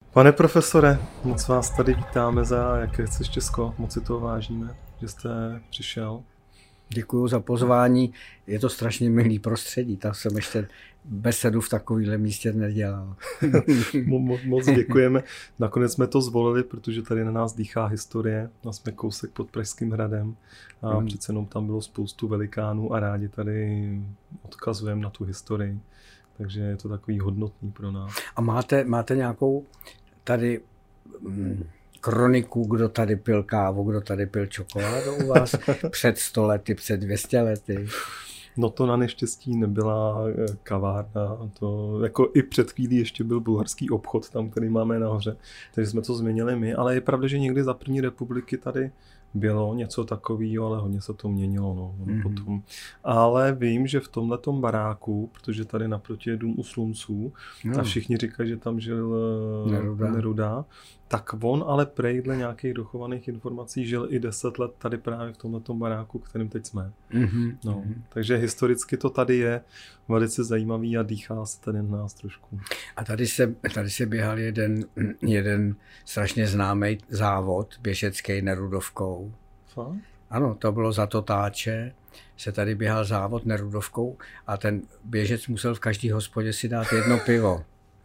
Pane profesore, moc vás tady vítáme za Jaké chceš Česko, moc si toho vážíme, že jste přišel. Děkuju za pozvání, je to strašně milý prostředí, tam jsem ještě besedu v takovémhle místě nedělal. Moc děkujeme, nakonec jsme to zvolili, protože tady na nás dýchá historie, a jsme kousek pod Pražským hradem a přece jenom tam bylo spoustu velikánů a rádi tady odkazujeme na tu historii, takže je to takový hodnotný pro nás. A máte nějakou tady kroniku, kdo tady pil kávu, kdo tady pil čokoládu u vás před 100 lety, před 200 lety? No to na neštěstí nebyla kavárna, to jako i před chvílí ještě byl bulharský obchod tam, který máme nahoře, takže jsme to změnili my, ale je pravda, že někdy za první republiky tady bylo něco takového, ale hodně se to měnilo potom. Ale vím, že v tomhletom baráku, protože tady naproti je dům u Slunců a všichni říkají, že tam žil Neruda, tak on ale prej dle nějakých dochovaných informací žil i 10 let tady právě v tomhletom baráku, kterým teď jsme. Takže historicky to tady je velice zajímavý a dýchá se tady na nás trošku. A tady se běhal jeden strašně známý závod běžecký Nerudovkou. Fakt? Ano, to bylo za Totáče, se tady běhal závod Nerudovkou a ten běžec musel v každý hospodě si dát jedno pivo.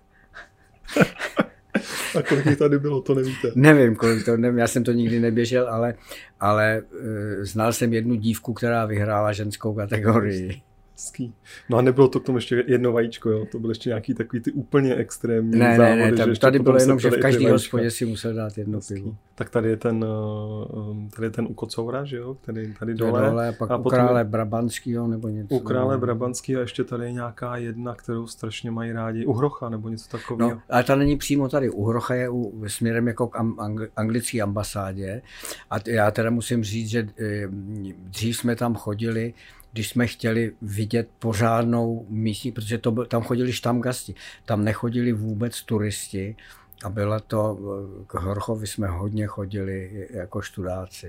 A kolik jich tady bylo, to nevíte? Nevím, nevím, já jsem to nikdy neběžel, ale znal jsem jednu dívku, která vyhrála ženskou kategorii. No a nebylo to k tomu ještě jedno vajíčko, jo? To byly ještě nějaký takový ty úplně extrémní závody. Ne, tady bylo jenom, že v každý hospodě si musel dát jedno pivo. Tak tady je ten u Kocoura, že jo? Tady dole. A pak u krále Brabantskýho nebo něco. U krále Brabantskýho a ještě tady je nějaká jedna, kterou strašně mají rádi. U Hrocha nebo něco takového. No, ale ta není přímo tady. U Hrocha je směrem jako k anglické ambasádě. A já teda musím říct, že dřív jsme tam chodili, když jsme chtěli vidět pořádnou místní, protože tam chodili štamgasti, tam nechodili vůbec turisti a bylo to, k Horchovi jsme hodně chodili jako študáci.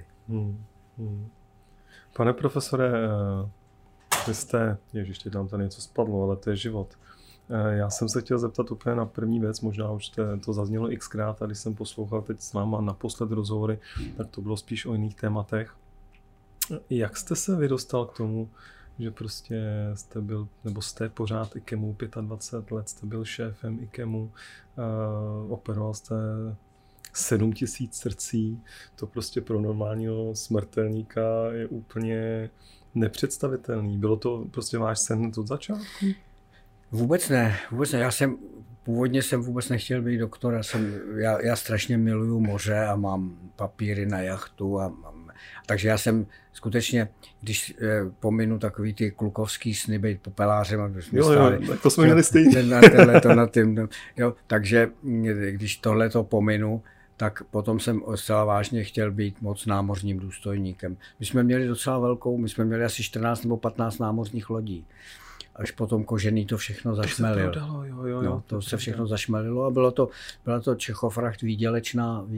Pane profesore, vy jste, ještě tam tady něco spadlo, ale to je život. Já jsem se chtěl zeptat úplně na první věc, možná už to zaznělo xkrát, a když jsem poslouchal teď s váma naposled rozhovory, tak to bylo spíš o jiných tématech. Jak jste se vydostal k tomu, že prostě jste byl, nebo jste pořád IKEMu, 25 let jste byl šéfem IKEMu, operoval jste 7 000 srdcí, to prostě pro normálního smrtelníka je úplně nepředstavitelný. Bylo to prostě váš sen od začátku? Vůbec ne. Původně jsem vůbec nechtěl být doktor, já strašně miluju moře a mám papíry na jachtu takže já jsem skutečně, když pominu takový ty klukovský sny být popelářem, aby jsme stáli, to jsme měli stejně. Takže když tohleto pominu, tak potom jsem zcela vážně chtěl být moc námořním důstojníkem. My jsme měli asi 14 nebo 15 námořních lodí. Až potom Kožený to všechno zašmelil. To se všechno zašmelilo a byla to Čechofracht výdělečná.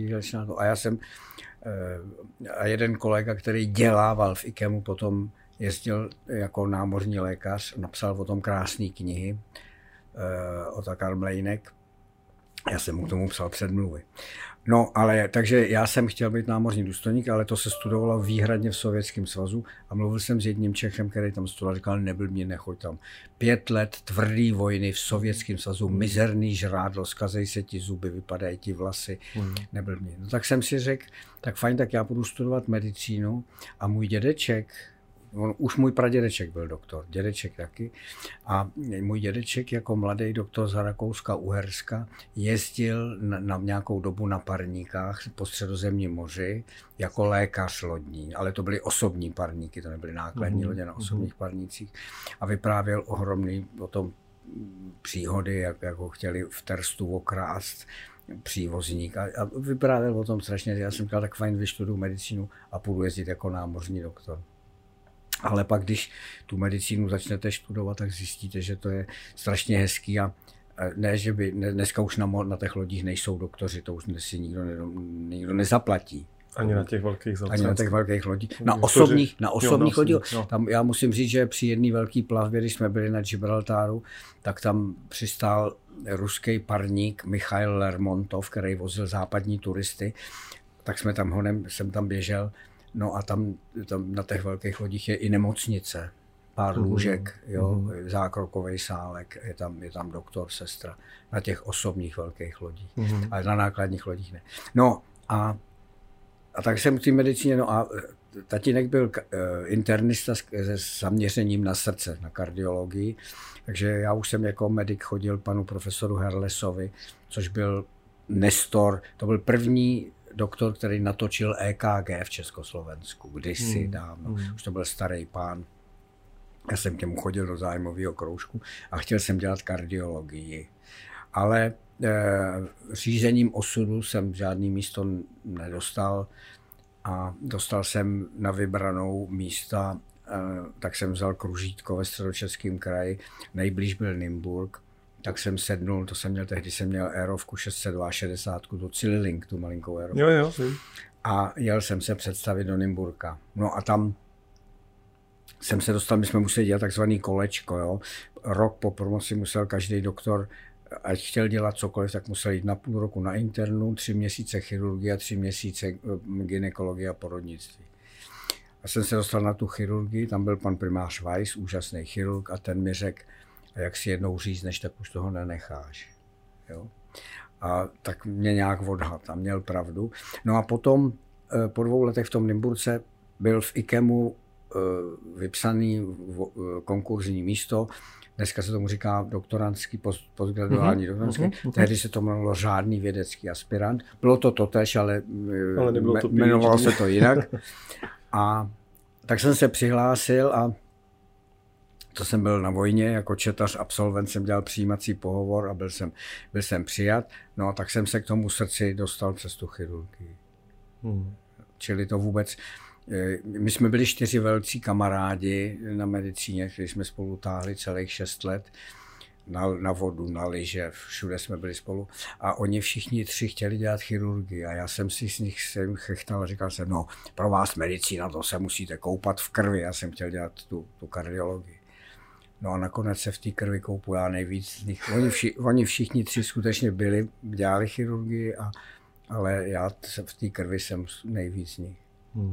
A jeden kolega, který dělával v IKEMu, potom jezdil jako námořní lékař, napsal o tom krásné knihy, Otakar Mlejnek. Já jsem mu k tomu psal předmluvy. Takže já jsem chtěl být námořní důstojník, ale to se studovalo výhradně v Sovětském svazu a mluvil jsem s jedním Čechem, který tam studoval, říkal, neblbni, nechoď tam. 5 let tvrdý vojny v Sovětském svazu, mizerný žrádlo, skazej se ti zuby, vypadají ti vlasy, neblbni. No tak jsem si řekl, tak fajn, tak já budu studovat medicínu a můj dědeček, už můj pradědeček byl doktor, dědeček taky. A můj dědeček jako mladý doktor z Rakouska-Uherska jezdil na nějakou dobu na parníkách po Středozemním moři jako lékař lodní, ale to byly osobní parníky, to nebyly nákladní lodě na osobních parnících. A vyprávěl ohromný o tom příhody, jak ho chtěli v Terstu okrást přívozník a vyprávěl o tom strašně. Já jsem říkal, tak fajn, vyštuduju medicínu a půjdu jezdit jako námořní doktor. Ale pak, když tu medicínu začnete studovat, tak zjistíte, že to je strašně hezký a ne, že by dneska už na těch lodích nejsou doktoři, to už si nikdo nezaplatí. Ani na těch velkých Ani na těch velkých lodích. Na osobních lodích. Tam já musím říct, že při jedné velké plavbě, když jsme byli na Gibraltaru, tak tam přistál ruský parník Michail Lermontov, který vozil západní turisty, tak jsme tam jsem tam běžel, no a tam na těch velkých lodích je i nemocnice, pár lůžek, jo, zákrokový sálek, je tam doktor, sestra, na těch osobních velkých lodích, ale na nákladních lodích ne. No a tak jsem v té medicíně, no a tatínek byl internista se zaměřením na srdce, na kardiologii, takže já už jsem jako medic chodil panu profesoru Herlesovi, což byl nestor, to byl první doktor, který natočil EKG v Československu, kdysi dávno, už to byl starý pán. Já jsem k němu chodil do zájmového kroužku a chtěl jsem dělat kardiologii, ale řízením osudu jsem žádný místo nedostal a dostal jsem na vybranou místa, tak jsem vzal kružítko ve Středočeském kraji, nejblíž byl Nymburk, tak jsem sednul, tehdy jsem měl aerovku 662 do Cillilink, tu malinkou aerovku. Jo. A jel jsem se představit do Nymburka. No a tam jsem se dostal, my jsme museli dělat takzvaný kolečko, jo. Rok po promoci musel každý doktor, ať chtěl dělat cokoliv, tak musel jít na půl roku na internu, 3 měsíce chirurgie a 3 měsíce gynekologie a porodnictví. A jsem se dostal na tu chirurgii, tam byl pan primář Weiss, úžasný chirurg, a ten mi řekl, jak si jednou řízneš, tak už toho nenecháš. Jo? A tak mě nějak odhad a měl pravdu. No a potom po 2 letech v tom Nymburce byl v IKEMu vypsaný konkurzní místo. Dneska se tomu říká doktorantský, postgraduální doktorantský. Tehdy se to jmenovalo řádný vědecký aspirant. Bylo to totéž, ale jmenovalo se to jinak. A tak jsem se přihlásil a to jsem byl na vojně, jako četař, absolvent jsem dělal přijímací pohovor a byl jsem přijat. No a tak jsem se k tomu srdci dostal přes tu chirurgii. Čili to vůbec... My jsme byli 4 velcí kamarádi na medicíně, kteří jsme spolu táhli celých 6 let na vodu, na lyže, všude jsme byli spolu. A oni všichni 3 chtěli dělat chirurgii a já jsem si s nich chechtal a říkal jsem, no pro vás medicína, to se musíte koupat v krvi. Já jsem chtěl dělat tu kardiologii. No a nakonec se v té krvi koupu já nejvíc z nich. Oni všichni 3 skutečně dělali chirurgii, ale já v té krvi jsem nejvíc z nich.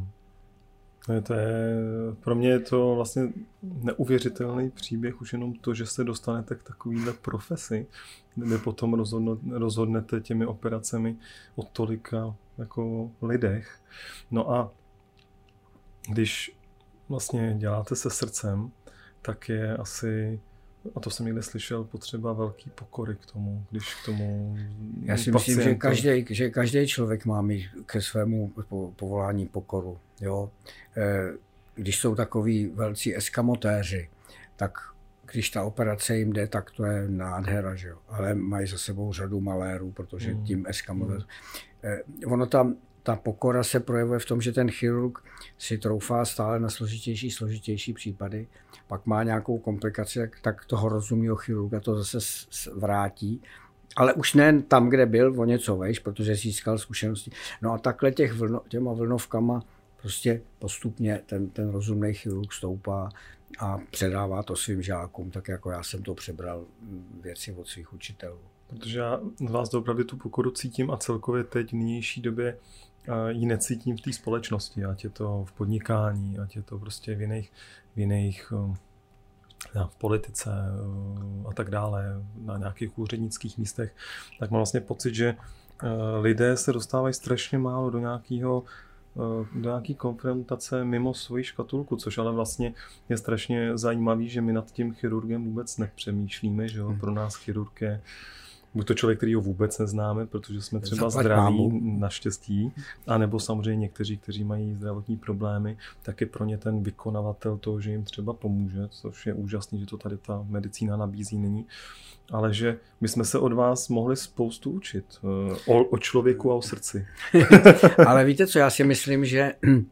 Pro mě je to vlastně neuvěřitelný příběh, už jenom to, že se dostanete k takovýhle profesi, kde potom rozhodnete těmi operacemi o tolika jako lidech. No a když vlastně děláte se srdcem, tak je asi, a to jsem někde slyšel, potřeba velký pokory k tomu, když k tomu Já si myslím, že každý člověk má mít ke svému povolání pokoru. Jo? Když jsou takový velcí eskamotéři, tak když ta operace jim jde, tak to je nádhera, že jo? Ale mají za sebou řadu malérů, protože tím eskamotéřem. Ono ta pokora se projevuje v tom, že ten chirurg si troufá stále na složitější případy, pak má nějakou komplikaci, tak toho rozumného chirurga to zase vrátí, ale už ne tam, kde byl, o něco vejš, protože získal zkušenosti. No a takhle těma vlnovkama prostě postupně ten rozumný chirurg stoupá a předává to svým žákům, tak jako já jsem to přebral věci od svých učitelů. Protože já z vás opravdu tu pokoru cítím a celkově teď v nynější době ji necítím v té společnosti, ať je to v podnikání, ať je to prostě v jiných v politice a tak dále, na nějakých úřednických místech, tak mám vlastně pocit, že lidé se dostávají strašně málo do nějaký konfrontace mimo svoji škatulku, což ale vlastně je strašně zajímavý, že my nad tím chirurgem vůbec nepřemýšlíme, že jo? Pro nás chirurg je buď to člověk, který ho vůbec neznáme, protože jsme třeba zdraví, naštěstí, anebo samozřejmě někteří, kteří mají zdravotní problémy, tak je pro ně ten vykonavatel toho, že jim třeba pomůže, což je úžasný, že to tady ta medicína nabízí nyní, ale že my jsme se od vás mohli spoustu učit o člověku a o srdci. Ale víte co, já si myslím, že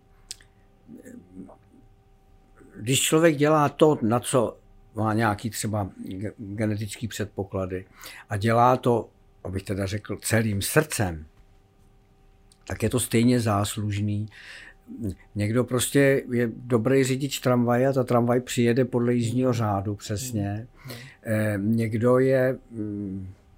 když člověk dělá to, na co má nějaký třeba genetický předpoklady a dělá to, abych teda řekl, celým srdcem, tak je to stejně záslužný. Někdo prostě je dobrý řidič tramvaje a ta tramvaj přijede podle jízdního řádu přesně. Někdo je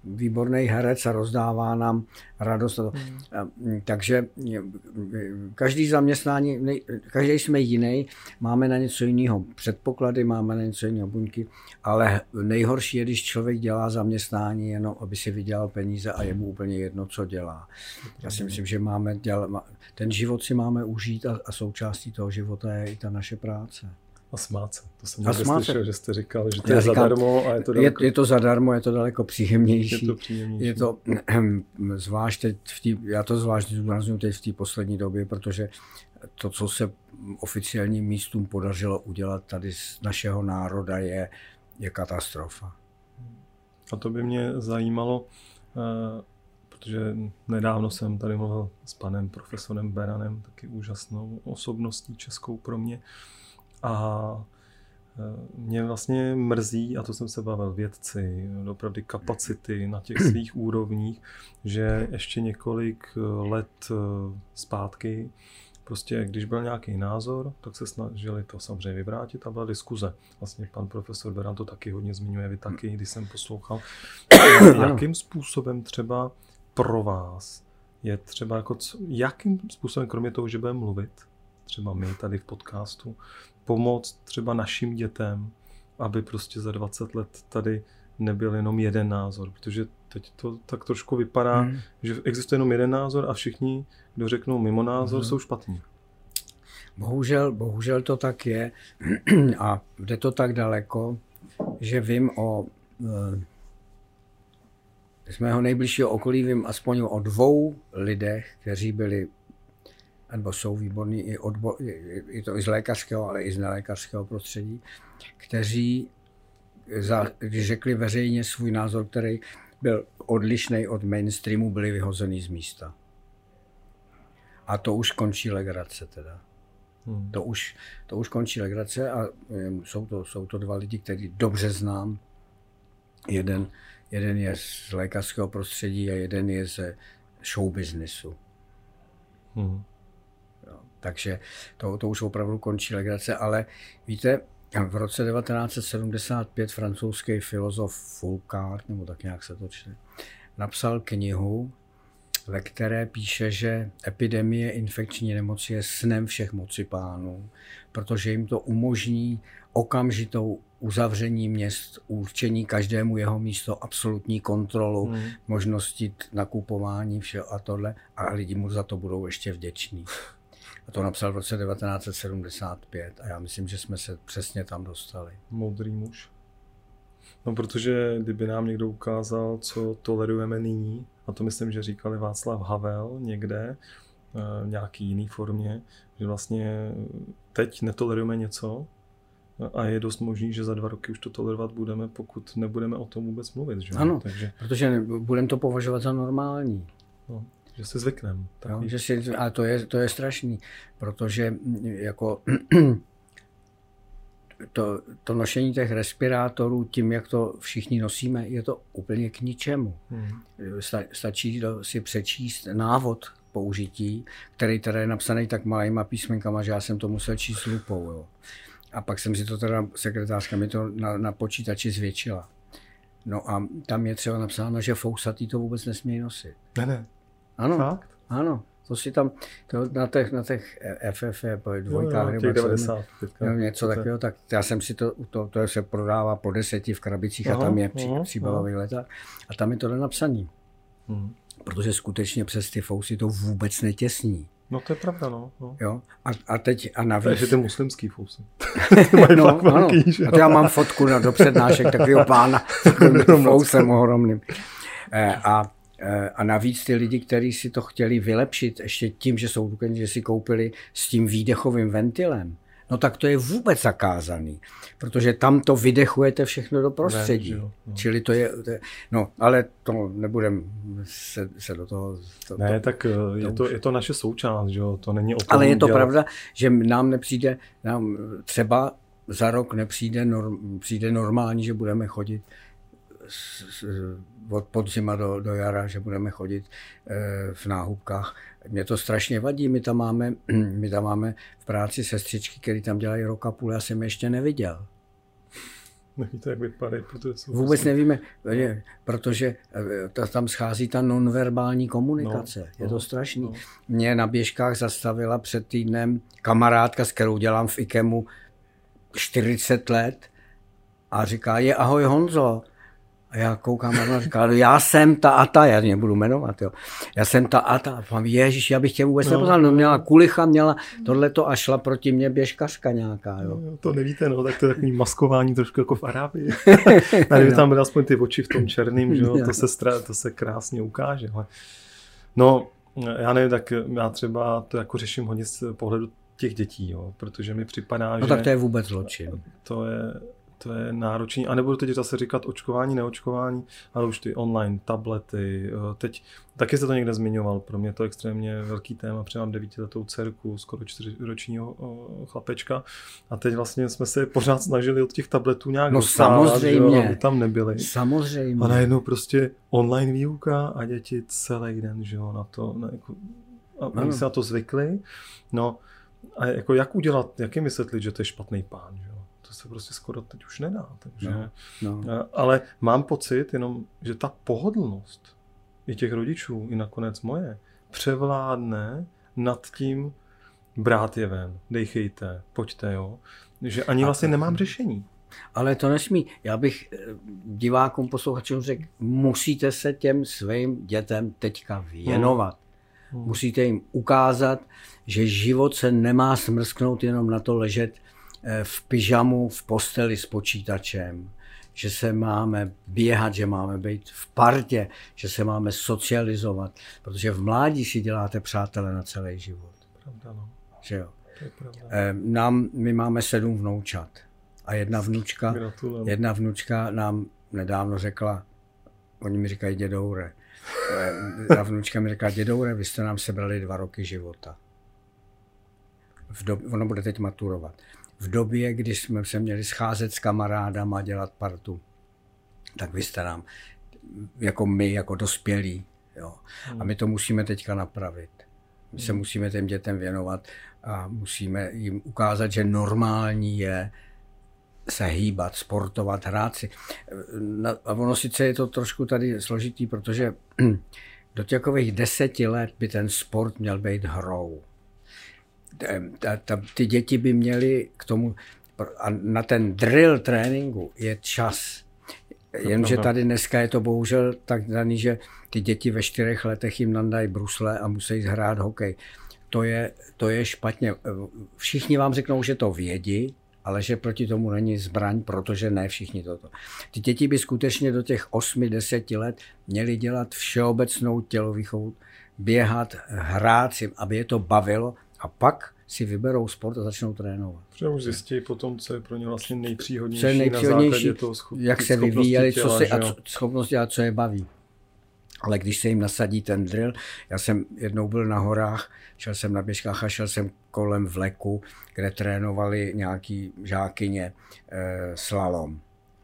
výborný herec a rozdává nám radost. Takže každý zaměstnání, každý jsme jiný, máme na něco jiného předpoklady, máme na něco jiného buňky, ale nejhorší je, když člověk dělá zaměstnání jenom, aby si vydělal peníze a je mu úplně jedno, co dělá. Já si myslím, že ten život si máme užít a součástí toho života je i ta naše práce. A smát se. To jsem někde slyšel, že jste říkal, že to je zadarmo a je to daleko... Je to zadarmo, je to daleko příjemnější. Je to zvlášť teď já to zvlášť zdůrazňuji teď v té poslední době, protože to, co se oficiálním místům podařilo udělat tady z našeho národa, je katastrofa. A to by mě zajímalo, protože nedávno jsem tady mluvil s panem profesorem Beranem, taky úžasnou osobností českou pro mě. A mě vlastně mrzí, a to jsem se bavil, vědci, opravdu kapacity na těch svých úrovních, že ještě několik let zpátky, prostě když byl nějaký názor, tak se snažili to samozřejmě vyvrátit a byla diskuze. Vlastně pan profesor Beran to taky hodně zmiňuje, vy taky, když jsem poslouchal. Jakým způsobem třeba pro vás je třeba jakým způsobem, kromě toho, že budeme mluvit, třeba my tady v podcastu, pomoct třeba našim dětem, aby prostě za 20 let tady nebyl jenom jeden názor, protože teď to tak trošku vypadá, že existuje jenom jeden názor a všichni, kdo řeknou mimo názor, jsou špatní. Bohužel to tak je a jde to tak daleko, že vím z mého nejbližšího okolí vím aspoň o 2 lidech, kteří byli nebo jsou výborní i to i z lékařského, ale i z nelékařského prostředí, kteří, když řekli veřejně svůj názor, který byl odlišný od mainstreamu, byli vyhozený z místa. A to už končí legrace teda. To už končí legrace a jsou to 2 lidi, který dobře znám. Jeden je z lékařského prostředí a jeden je ze showbiznesu. Takže to už opravdu končí legrace, ale víte, v roce 1975 francouzský filozof Foucault, nebo tak nějak se to čte, napsal knihu, ve které píše, že epidemie infekční nemoci je snem všech mocipánů, protože jim to umožní okamžitou uzavření měst, určení každému jeho místo, absolutní kontrolu, možnosti nakupování, všeho a tohle, a lidi mu za to budou ještě vděční. A to napsal v roce 1975 a já myslím, že jsme se přesně tam dostali. Moudrý muž. No, protože kdyby nám někdo ukázal, co tolerujeme nyní, a to myslím, že říkali Václav Havel někde, v nějaký jiný formě, že vlastně teď netolerujeme něco a je dost možný, že za 2 roky už to tolerovat budeme, pokud nebudeme o tom vůbec mluvit. Že? Ano, protože budeme to považovat za normální. No, že si zvykneme. A to je strašný, protože jako to nošení těch respirátorů, tím, jak to všichni nosíme, je to úplně k ničemu. Stačí si přečíst návod použití, který teda je napsaný tak malýma písmenkama, že já jsem to musel číst lupou. Jo. A pak jsem si to teda, sekretářka mi to na počítači zvětšila. No a tam je třeba napsáno, že fousatý to vůbec nesmí nosit. Ne. Ano, fakt? Ano. To si tam na těch FF dvojkách nebo 90, něco takového, tak já jsem si to se prodává po 10 v krabicích a tam je příbalový leták a tam je to napsaný. Protože skutečně přes ty fousy to vůbec netěsní. No to je pravda, no. Jo? A navíc... Takže ty muslimský fousy. No, ano. A to já mám fotku do přednášek takového pána s takovým fousem ohromným. A navíc ty lidi, kteří si to chtěli vylepšit ještě tím, že jsou důkladní, že si koupili s tím výdechovým ventilem, no tak to je vůbec zakázaný, protože tam to vydechujete všechno do prostředí. Ne, čili to je no, ale to nebudem se do toho... Tak je to naše součást, že jo, to není o tom. Ale je to pravda, že nám třeba za rok přijde normální, že budeme chodit od podzima do jara, že budeme chodit v náhubkách. Mě to strašně vadí, my tam máme v práci sestřičky, které tam dělají rok a půl, já jsem je ještě neviděl. Nevíte, jak vypadají, protože jsou Vůbec nevíme, protože tam schází ta nonverbální komunikace. Je to strašný. Mě na běžkách zastavila před týdnem kamarádka, s kterou dělám v IKEMu 40 let a říká, ahoj Honzo. A já koukám a říká, já jsem ta a ta, já nebudu jmenovat, jo. Já jsem ta a ta. A říkám, ježiš, já bych tě vůbec nepoznal. No, měla kulicha, měla tohleto a šla proti mně běžkařka nějaká, jo. To nevíte, no, tak to je takový maskování trošku jako v Arábii. A kdyby tam byly aspoň ty oči v tom černým, že jo, to se krásně ukáže. No, já nevím, tak já třeba to jako řeším hodně z pohledu těch dětí, jo, protože mi připadá, že... tak to je vůbec zločin. To je náročný. A nebudu teď zase říkat očkování, neočkování, ale už ty online tablety. Teď taky se to někde zmiňoval. Pro mě to je extrémně velký téma. Protože mám 9letou dcerku, skoro 4ročního chlapečka. A teď vlastně jsme se pořád snažili od těch tabletů nějak dostávat, samozřejmě. Aby tam nebyly. Samozřejmě. A najednou prostě online výuka a děti celý den, že jo, na to. A oni se na to zvykli. No a jako jak udělat, jak jim vysvětlit, že to je špatný pán, že jo? To se prostě skoro teď už nedá. Takže, ale mám pocit jenom, že ta pohodlnost i těch rodičů, i nakonec moje, převládne nad tím brát je ven, dejchejte, pojďte, jo. Že ani vlastně nemám řešení. Ale to nesmí. Já bych divákům, posluchačům řekl, musíte se těm svým dětem teďka věnovat. Musíte jim ukázat, že život se nemá smrsknout jenom na to ležet v pyžamu, v posteli s počítačem, že se máme běhat, že máme být v partě, že se máme socializovat, protože v mládí si děláte přátele na celý život. Pravda, no. Že jo? To je pravda. My máme 7 vnoučat a jedna vnučka nám nedávno řekla, oni mi říkají dědoure, ta vnučka mi řekla, dědoure, vy jste nám sebrali 2 roky života. Ona bude teď maturovat. V době, kdy jsme se měli scházet s kamarádama a dělat partu, tak vy jste nám, jako my, jako dospělí, jo. A my to musíme teďka napravit. My se musíme těm dětem věnovat a musíme jim ukázat, že normální je se hýbat, sportovat, hrát si. A ono sice je to trošku tady složitý, protože do takových 10 let by ten sport měl být hrou. Ty děti by měly k tomu, a na ten drill tréninku je čas. Jenomže tady dneska je to bohužel tak daný, že ty děti ve 4 letech jim nandají brusle a musí hrát hokej. To je špatně. Všichni vám řeknou, že to vědí, ale že proti tomu není zbraň, protože ne všichni toto. Ty děti by skutečně do těch 8-10 let měly dělat všeobecnou tělovýchovu, běhat, hrát si, aby je to bavilo, a pak si vyberou sport a začnou trénovat. Protože už zjistí potom, co je pro ně vlastně nejpříhodnější na základě toho jak se vyvíjeli, schopnosti a co je baví. Ale když se jim nasadí ten drill, já jsem jednou byl na horách, šel jsem na běžkách a šel jsem kolem vleku, kde trénovali nějaký žákyně slalom.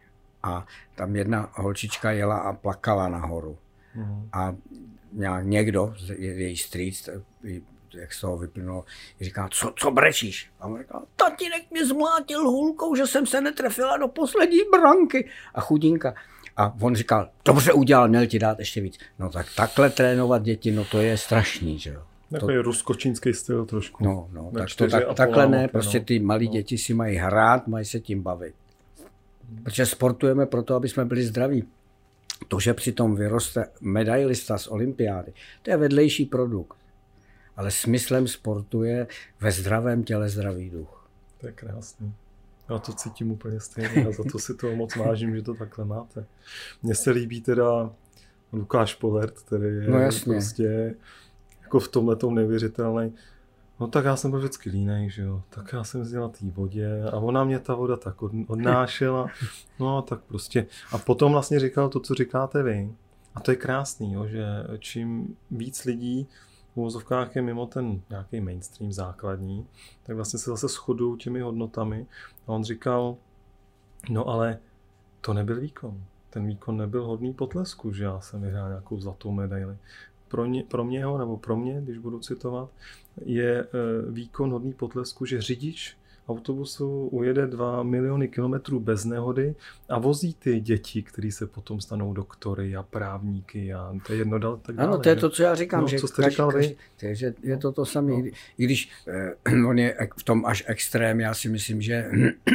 A tam jedna holčička jela a plakala nahoru. A někdo, její strýc, jak z toho vyplynulo, říká, co brečíš? A on říká, tatínek mě zmlátil hůlkou, že jsem se netrefila do poslední branky. A chudinka. A on říkal, dobře udělal, měl ti dát ještě víc. No tak takhle trénovat děti, no to je strašný, že jo. Takový ruskočínský styl trošku. No takhle ne, prostě ty malí děti si mají hrát, mají se tím bavit. Protože sportujeme proto, aby jsme byli zdraví. To, že přitom vyroste medailista z olympiády, to je vedlejší produkt. Ale smyslem sportu je ve zdravém těle zdravý duch. To je krásný. Já to cítím úplně stejně a za to si toho moc vážím, že to takhle máte. Mně se líbí teda Lukáš Pohlert, který je prostě jako v tomhletom neuvěřitelný. No tak já jsem byl vždycky línej, že jo. Tak já jsem jezdil na té vodě a ona mě ta voda tak odnášela. No tak prostě. A potom vlastně říkal to, co říkáte vy. A to je krásný, jo, že čím víc lidí v uvozovkách je mimo ten nějaký mainstream základní, tak vlastně se zase shodují těmi hodnotami. A on říkal, no ale to nebyl výkon. Ten výkon nebyl hodný potlesku, že já jsem vyhrál nějakou zlatou medaili. Pro mě, když budu citovat, je výkon hodný potlesku, že řidič autobusu ujede 2 miliony kilometrů bez nehody a vozí ty děti, kteří se potom stanou doktory a právníky a to je jedno tak dále. Ano, to je to, co já říkám, no, že, co jste říkal vy? že je to samé. No. I když on je v tom až extrém, já si myslím, že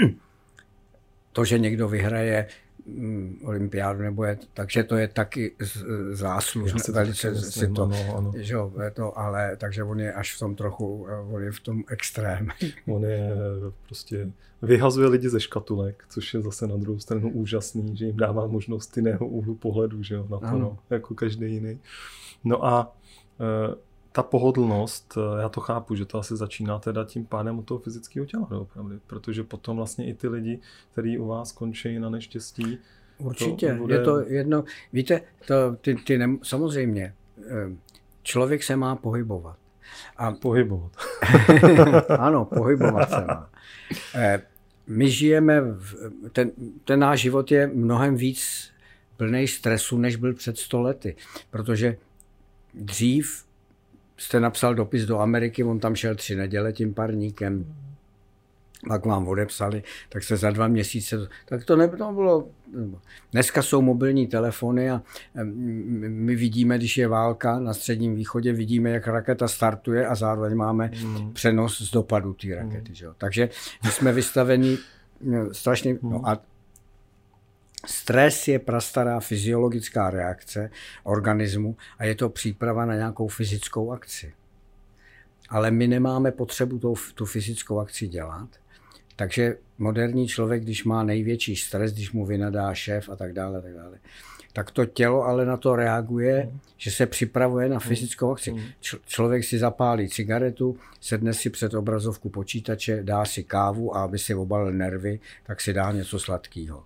to, že někdo vyhraje olympiádu nebo takže to je taky záslužné, velice si to, ano. Že jo, ale takže on je až v tom trochu, on je v tom extrém. On je prostě, vyhazuje lidi ze škatulek, což je zase na druhou stranu úžasný, že jim dává možnost jiného úhlu pohledu, že jo, na to, no, jako každý jiný. No a ta pohodlnost, já to chápu, že to asi začíná teda tím pádem od toho fyzického těla, opravdu, protože potom vlastně i ty lidi, kteří u vás končí na neštěstí. Určitě, bude... je to jedno, víte, samozřejmě, člověk se má pohybovat. Pohybovat. Ano, pohybovat se má. My žijeme, ten náš život je mnohem víc plný stresu, než byl před 100 lety, protože dřív jste napsal dopis do Ameriky, on tam šel 3 neděle tím parníkem, pak vám odepsali, tak se za 2 měsíce, tak to bylo. Dneska jsou mobilní telefony a my vidíme, když je válka na Středním východě, vidíme, jak raketa startuje a zároveň máme přenos z dopadu té rakety. Že? Takže my jsme vystaveni strašně, no a stres je prastará fyziologická reakce organismu a je to příprava na nějakou fyzickou akci. Ale my nemáme potřebu tu fyzickou akci dělat, takže moderní člověk, když má největší stres, když mu vynadá šéf a tak dále, tak to tělo ale na to reaguje, že se připravuje na fyzickou akci. Člověk si zapálí cigaretu, sedne si před obrazovku počítače, dá si kávu a aby si obalil nervy, tak si dá něco sladkého.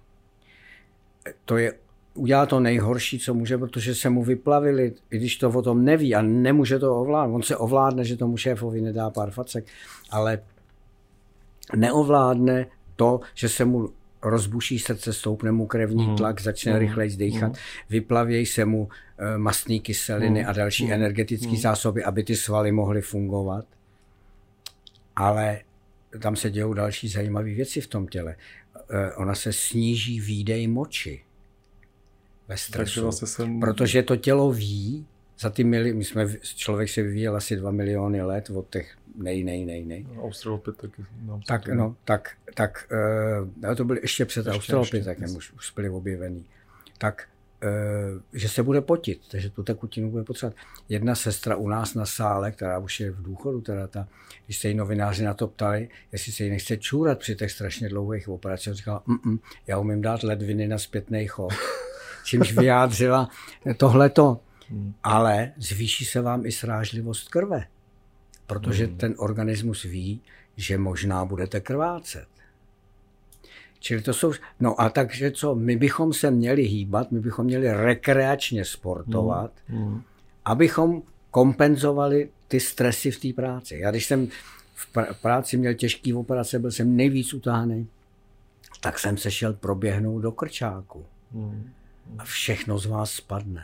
Udělá to nejhorší, co může, protože se mu vyplavili, i když to o tom neví a nemůže to ovládnout. On se ovládne, že tomu šéfovi nedá pár facek, ale neovládne to, že se mu rozbuší srdce, stoupne mu krevní tlak, začne rychleji dýchat, vyplavějí se mu mastné kyseliny a další energetické zásoby, aby ty svaly mohly fungovat. Ale tam se dějou další zajímavé věci v tom těle. Ona se sníží výdej moči ve stresu, protože to tělo ví, člověk se vyvíjel asi 2 miliony let od těch nej. Australopithecus. Tak to byl ještě před Australopithecem, už byli objevený. Tak, že se bude potit, takže tu tekutinu bude potřebovat. Jedna sestra u nás na sále, která už je v důchodu, když se jí novináři na to ptali, jestli se jí nechce čůrat při těch strašně dlouhých operacích, říkala, já umím dát ledviny na zpětnej chod, čímž vyjádřila tohleto. Ale zvýší se vám i srážlivost krve, protože ten organismus ví, že možná budete krvácet. Čili to jsou... No a takže co? My bychom se měli hýbat, my bychom měli rekreačně sportovat, abychom kompenzovali ty stresy v té práci. Já když jsem v práci měl těžký operace, byl jsem nejvíc utahaný, tak jsem se šel proběhnout do krčáku. A všechno z vás spadne.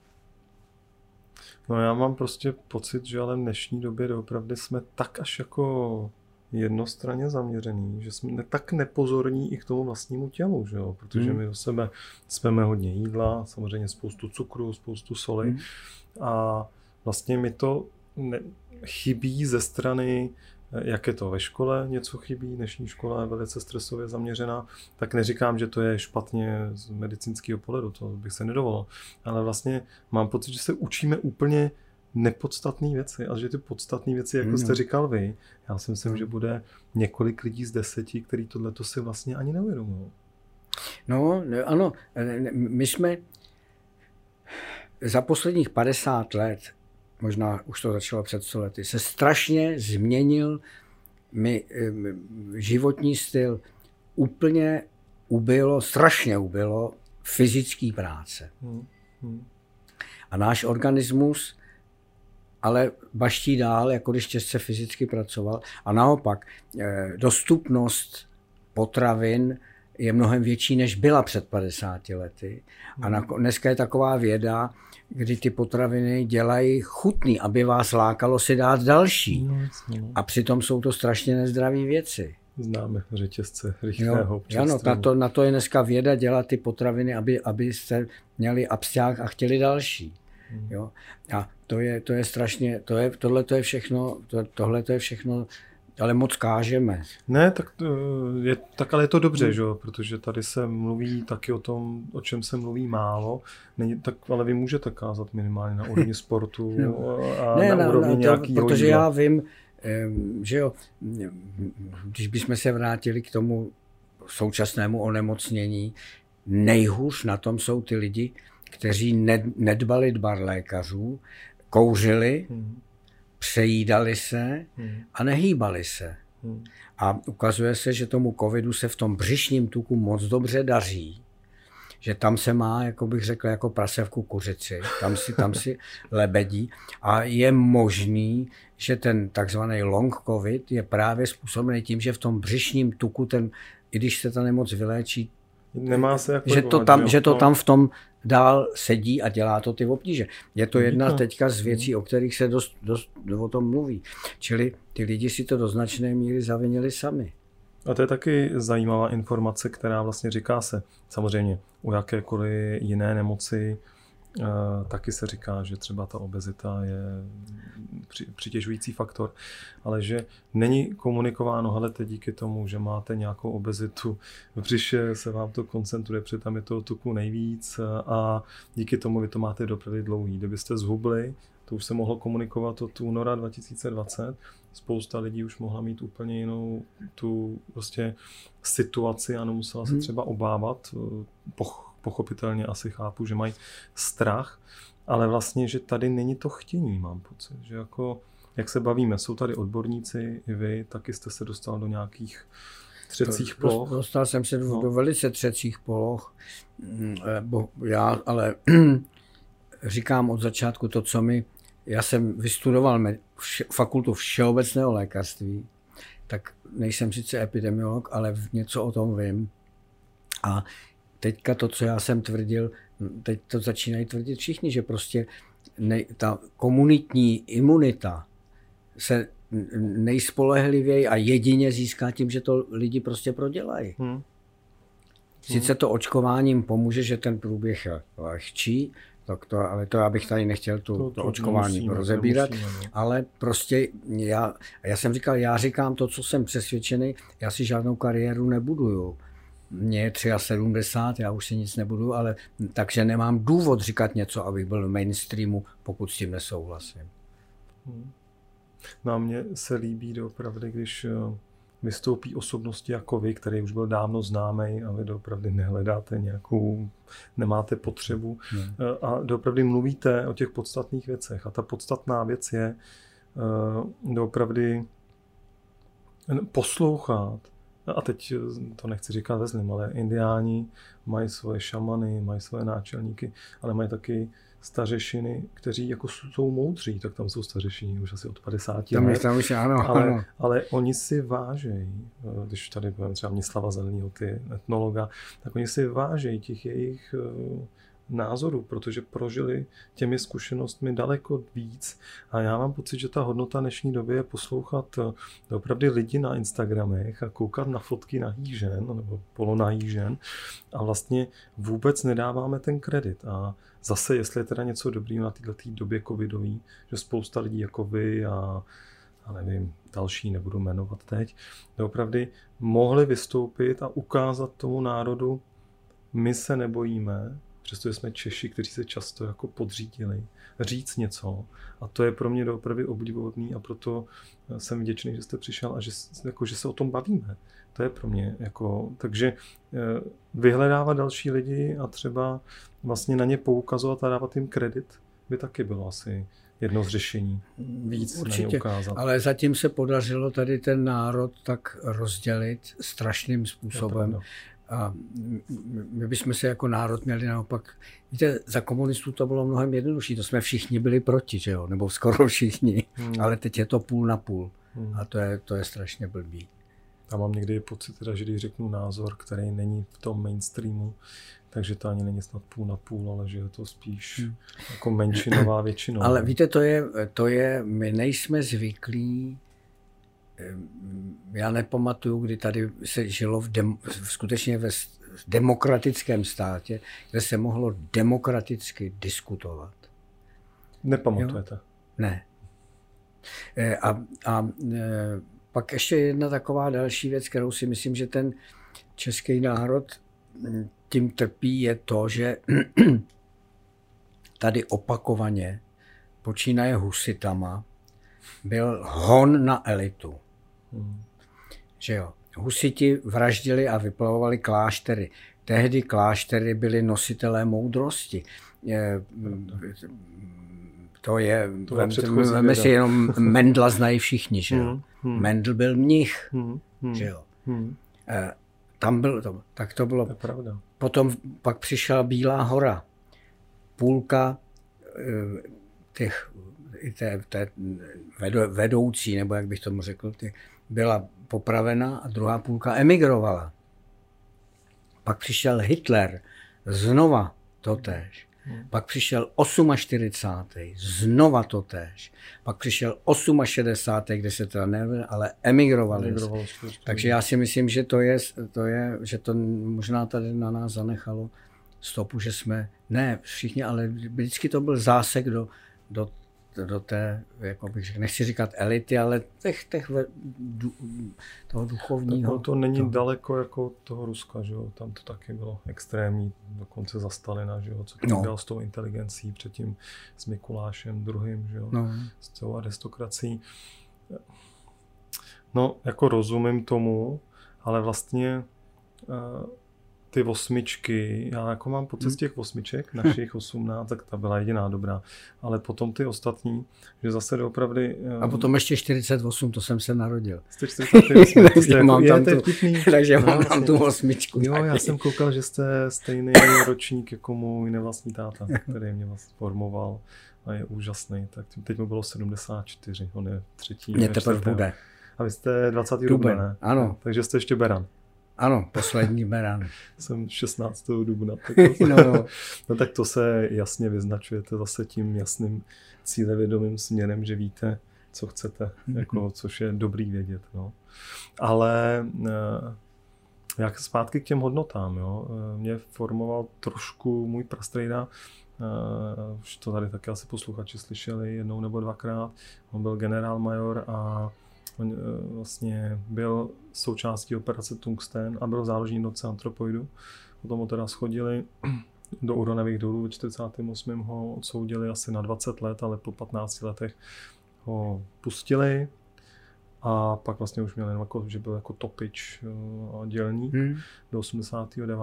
No já mám prostě pocit, že ale v dnešní době opravdu jsme tak až jako jednostranně zaměřený, že jsme tak nepozorní i k tomu vlastnímu tělu, že jo? Protože my do sebe speme hodně jídla, samozřejmě spoustu cukru, spoustu soli a vlastně mi to chybí ze strany, jak je to ve škole, něco chybí, dnešní škola je velice stresově zaměřená, tak neříkám, že to je špatně z medicínského pohledu, to bych se nedovolil, ale vlastně mám pocit, že se učíme úplně nepodstatné věci a že ty podstatné věci, jako jste říkal vy, já si myslím, že bude několik lidí z 10, kteří tohleto si vlastně ani neuvědomují. No, ano, my jsme za posledních 50 let, možná už to začalo před 100 lety, se strašně změnil životní styl. Úplně strašně ubylo fyzické práce. A náš organismus ale baští dál, jako když těžce fyzicky pracoval. A naopak, dostupnost potravin je mnohem větší, než byla před 50 lety. A dneska je taková věda, kdy ty potraviny dělají chutný, aby vás lákalo si dát další. A přitom jsou to strašně nezdravé věci. známe řetězce rychlého ano, na to je dneska věda dělat ty potraviny, aby jste měli absťák a chtěli další. Jo? A to je strašně, tohle to je všechno, ale moc kážeme. Ne, tak ale je to dobře, že? Protože tady se mluví taky o tom, o čem se mluví málo, ale vy můžete kázat minimálně na úrovni sportu a na úrovni nějakého protože jídla. Já vím, že jo, když bychom se vrátili k tomu současnému onemocnění, nejhůř na tom jsou ty lidi, kteří nedbali dbar lékařů, kouřili, přejídali se a nehýbali se. A ukazuje se, že tomu covidu se v tom břišním tuku moc dobře daří. Že tam se má, jako bych řekl, jako prase v kukuřici. Tam si lebedí. A je možný, že ten takzvaný long covid je právě způsobený tím, že v tom břišním tuku, i když se ta nemoc vyléčí, nemá se jak že to tam v tom dál sedí a dělá to ty obtíže. Je to jedna teďka z věcí, o kterých se dost o tom mluví. Čili ty lidi si to do značné míry zavinili sami. A to je taky zajímavá informace, která vlastně říká se, samozřejmě u jakékoliv jiné nemoci taky se říká, že třeba ta obezita je přitěžující faktor, ale že není komunikováno, helejte, díky tomu, že máte nějakou obezitu v břiše, se vám to koncentruje, protože tam je toho tuku nejvíc a díky tomu vy to máte dopravy dlouhý. Kdybyste zhubli, to už se mohlo komunikovat od února 2020, spousta lidí už mohla mít úplně jinou tu prostě situaci a nemusela se třeba obávat. Pochopitelně asi chápu, že mají strach, ale vlastně, že tady není to chtění, mám pocit, že jako, jak se bavíme, jsou tady odborníci, i vy, taky jste se dostal do nějakých třecích poloh. Dostal jsem se do velice třecích poloh, já ale říkám od začátku to, já jsem vystudoval fakultu všeobecného lékařství, tak nejsem sice epidemiolog, ale něco o tom vím. A teďka to, co já jsem tvrdil, teď to začínají tvrdit všichni, že prostě ta komunitní imunita se nejspolehlivěji a jedině získá tím, že to lidi prostě prodělají. Sice to očkováním pomůže, že ten průběh je lehčí, ale to já bych tady nechtěl to očkování rozebírat, ale prostě já jsem říkal, já říkám to, co jsem přesvědčený, já si žádnou kariéru nebuduju. Mně je 73, já už si nic nebudu, ale takže nemám důvod říkat něco, abych byl v mainstreamu, pokud s tím nesouhlasím. No a mně se líbí doopravdy, když vystoupí osobnosti jako vy, který už byl dávno známý a vy doopravdy nehledáte nějakou, nemáte potřebu a doopravdy mluvíte o těch podstatných věcech. A ta podstatná věc je doopravdy poslouchat. A teď to nechci říkat ve zlým, ale indiáni mají svoje šamany, mají svoje náčelníky, ale mají taky stařešiny, kteří jako jsou moudří, tak tam jsou stařešiny už asi od 50 let. Tam už ano. Ale oni si vážejí, když tady budeme třeba Mnislava Zelenýho, ty etnologa, tak oni si vážejí těch jejich názorů, protože prožili těmi zkušenostmi daleko víc a já mám pocit, že ta hodnota dnešní doby je poslouchat opravdu lidi na Instagramech a koukat na fotky nahých žen nebo polonahých žen a vlastně vůbec nedáváme ten kredit a zase, jestli je teda něco dobrýho na této době covidový, že spousta lidí jako vy a nevím, další nebudu jmenovat teď, opravdu mohli vystoupit a ukázat tomu národu, my se nebojíme, přestože jsme Češi, kteří se často jako podřídili, říct něco. A to je pro mě doopravdy obdivuhodný a proto jsem vděčný, že jste přišel a že se o tom bavíme. To je pro mě jako, takže vyhledávat další lidi a třeba vlastně na ně poukazovat a dávat jim kredit by taky bylo asi jedno z řešení. Víc určitě, na ně ukázat. Ale zatím se podařilo tady ten národ tak rozdělit strašným způsobem. A my bychom se jako národ měli naopak, víte, za komunistů to bylo mnohem jednodušší, to jsme všichni byli proti, že jo, nebo skoro všichni, ale teď je to půl na půl a to je strašně blbý. Já mám někdy pocit, že když řeknu názor, který není v tom mainstreamu, takže to ani není snad půl na půl, ale že je to spíš jako menšinová většinou. Ale víte, to je, my nejsme zvyklí já nepamatuju, kdy tady se žilo skutečně ve demokratickém státě, kde se mohlo demokraticky diskutovat. Nepamatujete? Jo? Ne. Pak ještě jedna taková další věc, kterou si myslím, že ten český národ tím trpí, je to, že tady opakovaně, počínaje husitama, byl hon na elitu. Že jo? Husiti vraždili a vyplavovali kláštery. Tehdy kláštery byly nositelé moudrosti. Veme si jenom Mendla znají všichni, že jo? Mendl byl mnich, že jo? Tam byl to, tak to bylo. To je pravda. Potom pak přišla Bílá hora. Půlka té vedoucí, nebo jak bych tomu řekl, byla popravena a druhá půlka emigrovala. Pak přišel Hitler, znova totéž. Pak přišel 48. znova totéž. Pak přišel 68. kde se teda nevím, ale emigrovali. Takže já si myslím, že že to možná tady na nás zanechalo stopu, že jsme, ne všichni, ale vždycky to byl zásek do té, jako bych řekl, nechci říkat elity, ale toho duchovního. To není daleko jako toho Ruska, že jo? Tam to taky bylo extrémní, dokonce za Stalina, že jo? Co to dělal s tou inteligencí předtím s Mikulášem II, že jo? S celou aristokracií. No, jako rozumím tomu, ale vlastně ty osmičky, já jako mám pocit z těch osmiček, našich 18, tak ta byla jediná dobrá, ale potom ty ostatní, že zase doopravdy... A potom ještě 48, to jsem se narodil. Jste 48, takže mám tam takže mám tam tu osmičku. Jo, já jsem koukal, že jste stejný ročník jako můj nevlastní táta, který mě vlastně formoval a je úžasný. Tak teď mu bylo 74, on je třetí. Mě teprve bude. A vy jste 20. dubna, ne? Ano. Takže jste ještě beran. Ano, poslední beran. Jsem 16. dubna. No tak to se jasně vyznačujete zase tím jasným cílevědomým směrem, že víte, co chcete, jako, což je dobrý vědět. No. Ale jak zpátky k těm hodnotám, jo? Mě formoval trošku můj prastrejda, už to tady taky asi posluchači slyšeli jednou nebo dvakrát. On byl generálmajor a on vlastně byl součástí operace Tungsten a byl záložní jednotce antropoidu. Potom ho teda schodili do Uranových dolů, ve 48. ho odsoudili asi na 20 let, ale po 15 letech ho pustili a pak vlastně už měl jenom že byl jako topič a dělník do 89.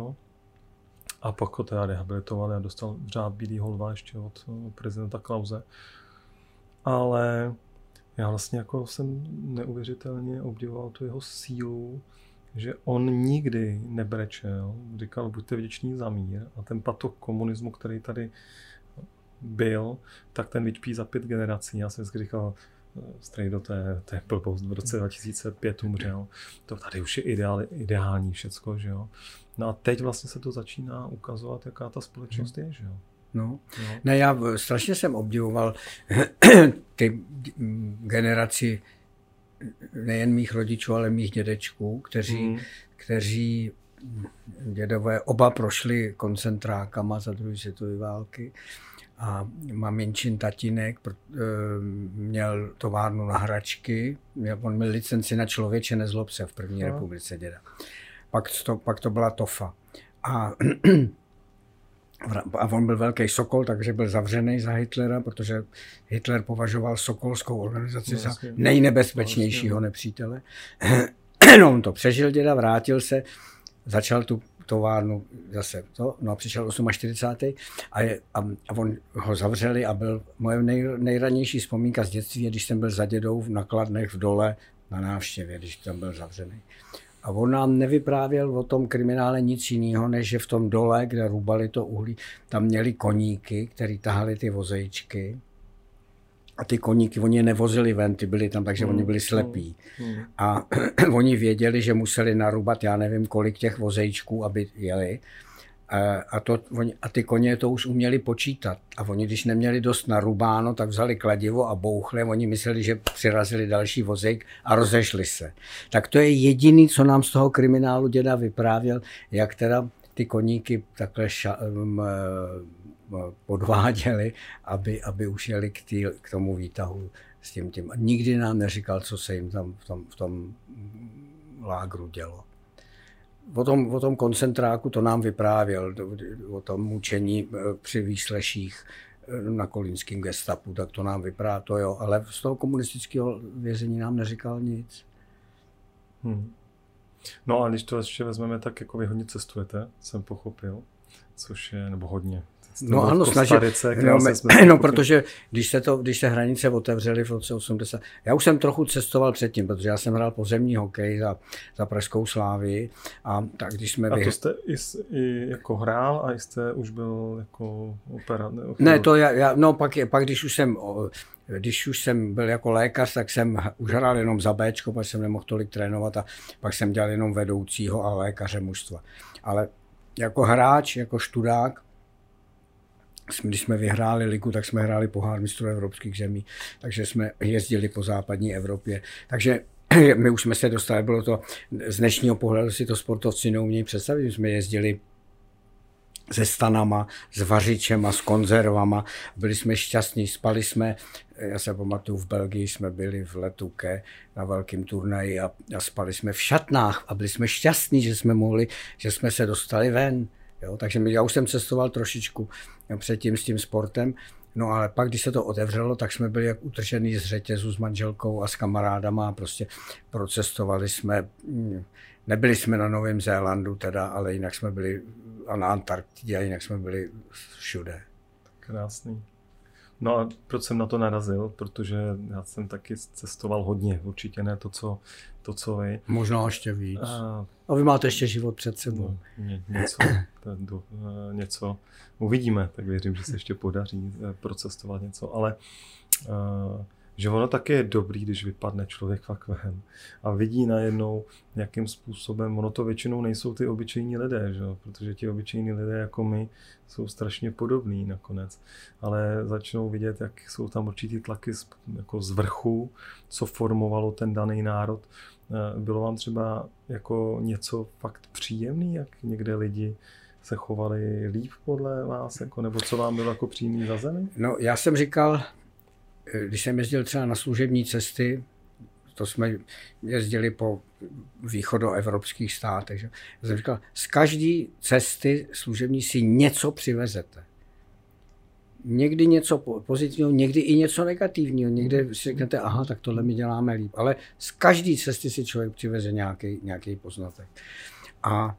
A pak ho teda rehabilitovali a dostal řád Bílýho lva ještě od prezidenta Klause. Ale já vlastně jako jsem neuvěřitelně obdivoval tu jeho sílu, že on nikdy nebrečel, říkal, buďte vděční za mír a ten patok komunismu, který tady byl, tak ten vyčpí za 5 generací. Já jsem vždycky říkal, Strejdo, to je blbost, v roce 2005 umřel, to tady už je ideální všecko, že jo. No a teď vlastně se to začíná ukazovat, jaká ta společnost je, že jo. No. Ne, já strašně jsem obdivoval ty generaci nejen mých rodičů, ale mých dědečků, kteří dědové oba prošli koncentrákama za druhé světové války a maminčin tatínek měl továrnu na hračky, on měl licenci na člověče nezlob se v první republice děda. Pak to byla Tofa. A on byl velký Sokol, takže byl zavřený za Hitlera, protože Hitler považoval sokolskou organizaci za nejnebezpečnějšího nepřítele. No, on to přežil děda, vrátil se, začal tu továrnu zase no a přišel 48. a on ho zavřeli a byl moje nejranější vzpomínka z dětství, když jsem byl za dědou na Kladnech v dole na návštěvě, když tam byl zavřený. A on nám nevyprávěl o tom kriminále nic jiného, než že v tom dole, kde rubali to uhlí, tam měli koníky, který tahali ty vozejčky. A ty koníky, oni je nevozili ven, ty byli tam, takže oni byli slepí. A oni věděli, že museli narubat, já nevím, kolik těch vozejčků, aby jeli. A ty koně to už uměli počítat. A oni, když neměli dost narubáno, tak vzali kladivo a bouchli. Oni mysleli, že přirazili další vozejk a rozešli se. Tak to je jediný, co nám z toho kriminálu děda vyprávěl, jak teda ty koníky takhle podváděli, aby už jeli k tomu výtahu s tím. Nikdy nám neříkal, co se jim tam v tom lágru dělo. O tom koncentráku to nám vyprávěl, o tom mučení při výsleších na kolínském gestapu, tak to nám vyprávěl, to jo, ale z toho komunistického vězení nám neříkal nic. No a když to ještě vezmeme, tak jako vy hodně cestujete, jsem pochopil, což je, nebo hodně. No ano, protože když se hranice otevřely v roce 80, já už jsem trochu cestoval předtím, protože já jsem hrál pozemní hokej za Pražskou Slávii a tak když jsme... A to jste i jako hrál a jste už byl jako operátor? Ne, to pak když už jsem byl jako lékař, tak jsem už hrál jenom za Bčko, protože jsem nemohl tolik trénovat a pak jsem dělal jenom vedoucího a lékaře mužstva. Ale jako hráč, jako študák, když jsme vyhráli ligu, tak jsme hráli pohár mistrů evropských zemí, takže jsme jezdili po západní Evropě. Takže my už jsme se dostali, bylo to z dnešního pohledu, si to sportovci neumějí představit, že jsme jezdili se stanama, s vařičema, s konzervama, byli jsme šťastní, spali jsme, já se pamatuju, v Belgii jsme byli v Letuke na velkém turnaji a spali jsme v šatnách a byli jsme šťastní, že jsme se dostali ven. Jo, takže já už jsem cestoval trošičku předtím s tím sportem, no ale pak, když se to otevřelo, tak jsme byli jak utržený z řetězu s manželkou a s kamarádama a prostě procestovali jsme, nebyli jsme na Novém Zélandu teda, ale jinak jsme byli a na Antarktidě a jinak jsme byli všude. Krásný. No a proč jsem na to narazil? Protože já jsem taky cestoval hodně, určitě ne to, co vy. Možná ještě víc. A vy máte ještě život před sebou. Něco uvidíme, tak věřím, že se ještě podaří procestovat něco, ale že ono taky je dobrý, když vypadne člověk fakt ven a vidí najednou, jakým způsobem, ono to většinou nejsou ty obyčejní lidé, že? Protože ti obyčejní lidé jako my jsou strašně podobní nakonec, ale začnou vidět, jak jsou tam určitý tlaky jako z vrchu, co formovalo ten daný národ. Bylo vám třeba jako něco fakt příjemný, jak někde lidi se chovali líp podle vás, jako, nebo co vám bylo jako příjemný za zemi? No, já jsem říkal, když jsem jezdil třeba na služební cesty, to jsme jezdili po východoevropských státech, že? Já jsem říkal, z každé cesty služební si něco přivezete. Někdy něco pozitivního, někdy i něco negativního. Někde si řeknete, aha, tak tohle my děláme líp. Ale z každé cesty si člověk přiveze nějaký poznatek. A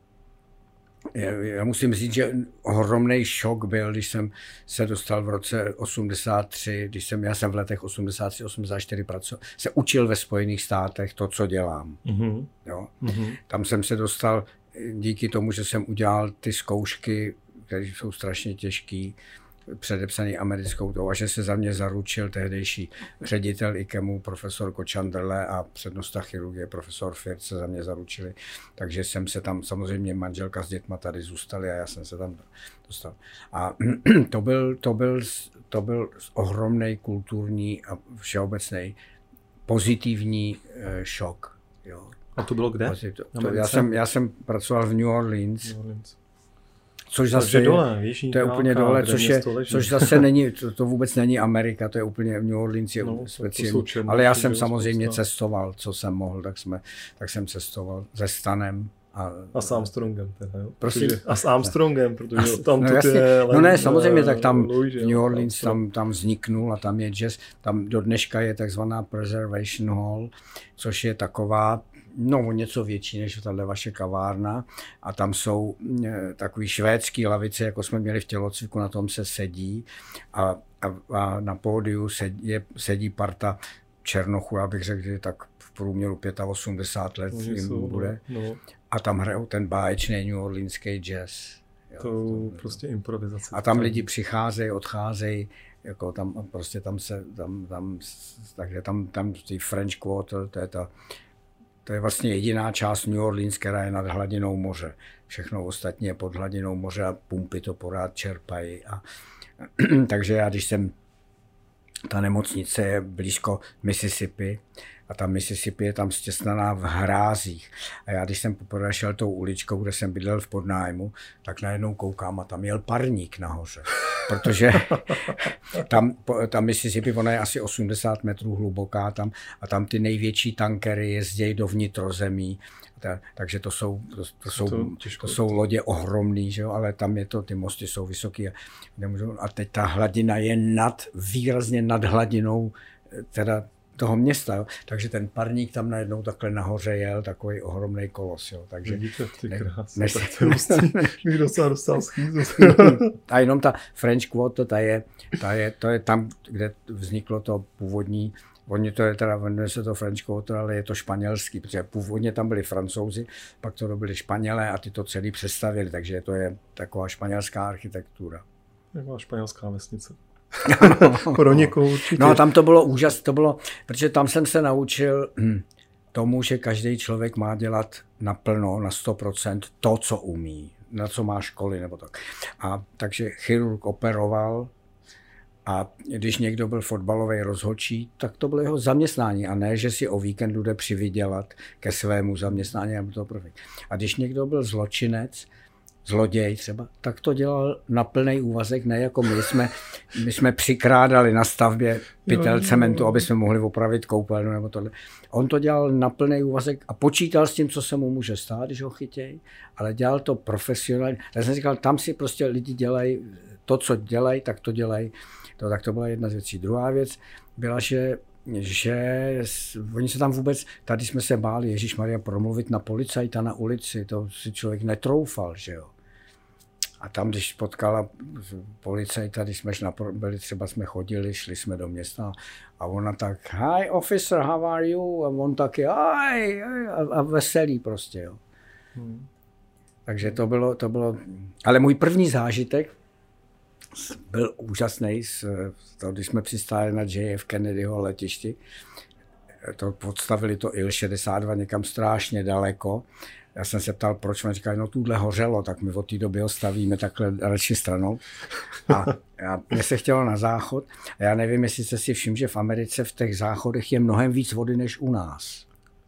já musím říct, že ohromný šok byl, když jsem se dostal v roce 83, já jsem v letech 83-84 se učil ve Spojených státech to, co dělám. Mm-hmm. Jo? Mm-hmm. Tam jsem se dostal díky tomu, že jsem udělal ty zkoušky, které jsou strašně těžké, předepsaný americkou tou, a že se za mě zaručil tehdejší ředitel IKEMu, profesor Kochandrle a přednosta chirurgie, profesor Firth se za mě zaručili. Takže jsem se tam, samozřejmě manželka s dětma tady zůstali a já jsem se tam dostal. A to byl ohromný kulturní a všeobecný pozitivní šok. Jo. A to bylo kde? Já jsem pracoval v New Orleans. Což zase dole, to je úplně dole, což zase není, to vůbec není Amerika, to je úplně New Orleans je speciální. Ale já jsem samozřejmě cestoval, co jsem mohl, tak jsem cestoval se Stanem. A s Armstrongem teda, jo? Prosím? A s Armstrongem, protože tam no, to je... No ne, samozřejmě, tak tam v New Orleans tam vzniknul a tam je jazz, tam do dneška je takzvaná Preservation Hall, což je taková, no něco větší než tahle vaše kavárna a tam jsou takový švédský lavice, jako jsme měli v tělocviku, na tom se sedí a na pódiu sedí parta černochů, já bych řekl, že tak v průměru 85 let jim bude. No. A tam hrajou ten báječný New Orleanský jazz. To prostě improvizace. A tam lidi přicházejí, odcházejí, jako tam prostě takže tam v té French Quarter, to je ta To je vlastně jediná část New Orleans, která je nad hladinou moře. Všechno ostatní je pod hladinou moře a pumpy to pořád čerpají. Takže já, když jsem, ta nemocnice je blízko Mississippi a ta Mississippi je tam stěsnaná v hrázích. A já, když jsem poprvé šel tou uličkou, kde jsem bydlel v podnájmu, tak najednou koukám a tam jel parník nahoře. Protože tam Mississippi, ona je asi 80 metrů hluboká tam, a tam ty největší tankery jezdějí do vnitrozemí. Takže to jsou lodě ohromný, že jo? Ale tam je to, ty mosty jsou vysoký. A teď ta hladina je výrazně nad hladinou teda toho města, jo? Takže ten parník tam najednou takhle nahoře jel, takový ohromný kolos. Jo? Takže vidíte, ty krásy, tak to je dostal schýzu. A jenom ta French Quarter, to je tam, kde vzniklo to původní. Jmenuje se to French Quarter, ale je to španělský, protože původně tam byli Francouzi, pak to byli Španělé a ty to celý přestavili, takže to je taková španělská architektura. Taková španělská vesnice. Pro někoho určitě. No a tam to bylo úžasné, protože tam jsem se naučil tomu, že každý člověk má dělat naplno, na 100% to, co umí, na co má školy nebo tak. A takže chirurg operoval, a když někdo byl fotbalový rozhodčí, tak to bylo jeho zaměstnání a ne, že si o víkendu jde přivydělat ke svému zaměstnání. A když někdo byl zločinec, zloděj třeba, tak to dělal na plný úvazek, ne jako my jsme přikrádali na stavbě pytel cementu, aby jsme mohli opravit koupelnu nebo tohle. On to dělal na plný úvazek a počítal s tím, co se mu může stát, když ho chytějí, ale dělal to profesionálně. Já jsem říkal, tam si prostě lidi dělají to, co dělají, tak to dělají. Tak to byla jedna z věcí. Druhá věc byla, že oni se tam vůbec, tady jsme se báli, ježišmarja, promluvit na policajta na ulici, to si člověk netroufal, že jo. A tam, když potkala policajta, když jsme byli, třeba jsme chodili, šli jsme do města a ona tak, hi officer, how are you? A on taky, hi, a veselý prostě, jo. Takže to bylo, ale můj první zážitek byl úžasný, když jsme přistáli na JF Kennedyho letišti. Podstavili to Il-62 někam strašně daleko. Já jsem se ptal, proč, mě říkali, no tuhle hořelo, tak my od té doby ho stavíme takhle radši stranou. A mě se chtělo na záchod. A já nevím, jestli jste si všiml, že v Americe v těch záchodech je mnohem víc vody než u nás.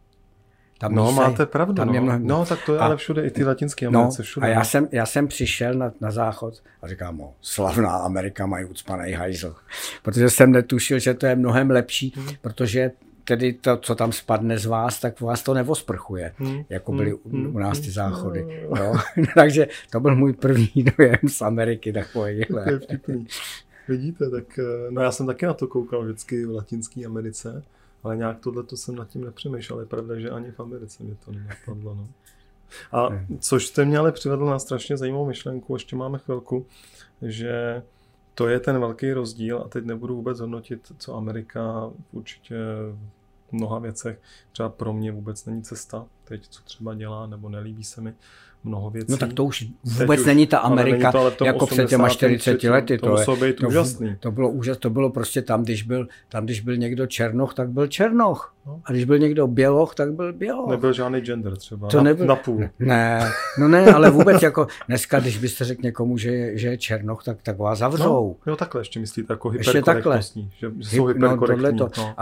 Tam máte pravdu. Tam je mnohem... No, tak to je ale všude, i ty latinské Americe všude. A já jsem přišel na záchod a říkám, slavná Amerika, mají ucpanej hajzl. Protože jsem netušil, že to je mnohem lepší, protože tedy to, co tam spadne z vás, tak vás to nevosprchuje, jako byly u nás ty záchody. Jo? Takže to byl můj první dojem z Ameriky takovýhle. Vidíte, tak no já jsem taky na to koukal vždycky v Latinské Americe, ale nějak tohleto jsem nad tím nepřemýšlel. Je pravda, že ani v Americe mě to nenapadlo. No. A což jste mě ale přivedl na strašně zajímavou myšlenku, ještě máme chvilku, že to je ten velký rozdíl a teď nebudu vůbec hodnotit, co Amerika určitě v mnoha věcech, třeba pro mě vůbec není cesta, teď co třeba dělá, nebo nelíbí se mi mnoho věcí. No tak to už vůbec není ta Amerika, jako před těma 40 lety. To muselo být úžasný. To bylo úžasné, to bylo prostě tam, když byl někdo černoch, tak byl černoch. No. A když byl někdo běloch, tak byl běloch. Nebyl žádný gender třeba, to nebyl, na půl. Ne, ale vůbec jako dneska, když byste řekl někomu, že je černoch, tak vás zavřou. No, takhle ještě myslíte, jako hyperkorektnostní. Že jsou hyperkorektní.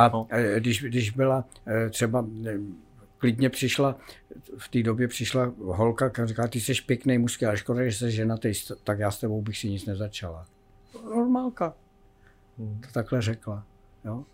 Když byla třeba... Klidně přišla, v té době přišla holka, která říká, ty jsi pěkný mužský, ale škoda, že jsi ženatý, tak já s tebou bych si nic nezačala. Normálka. To takhle řekla. Jo?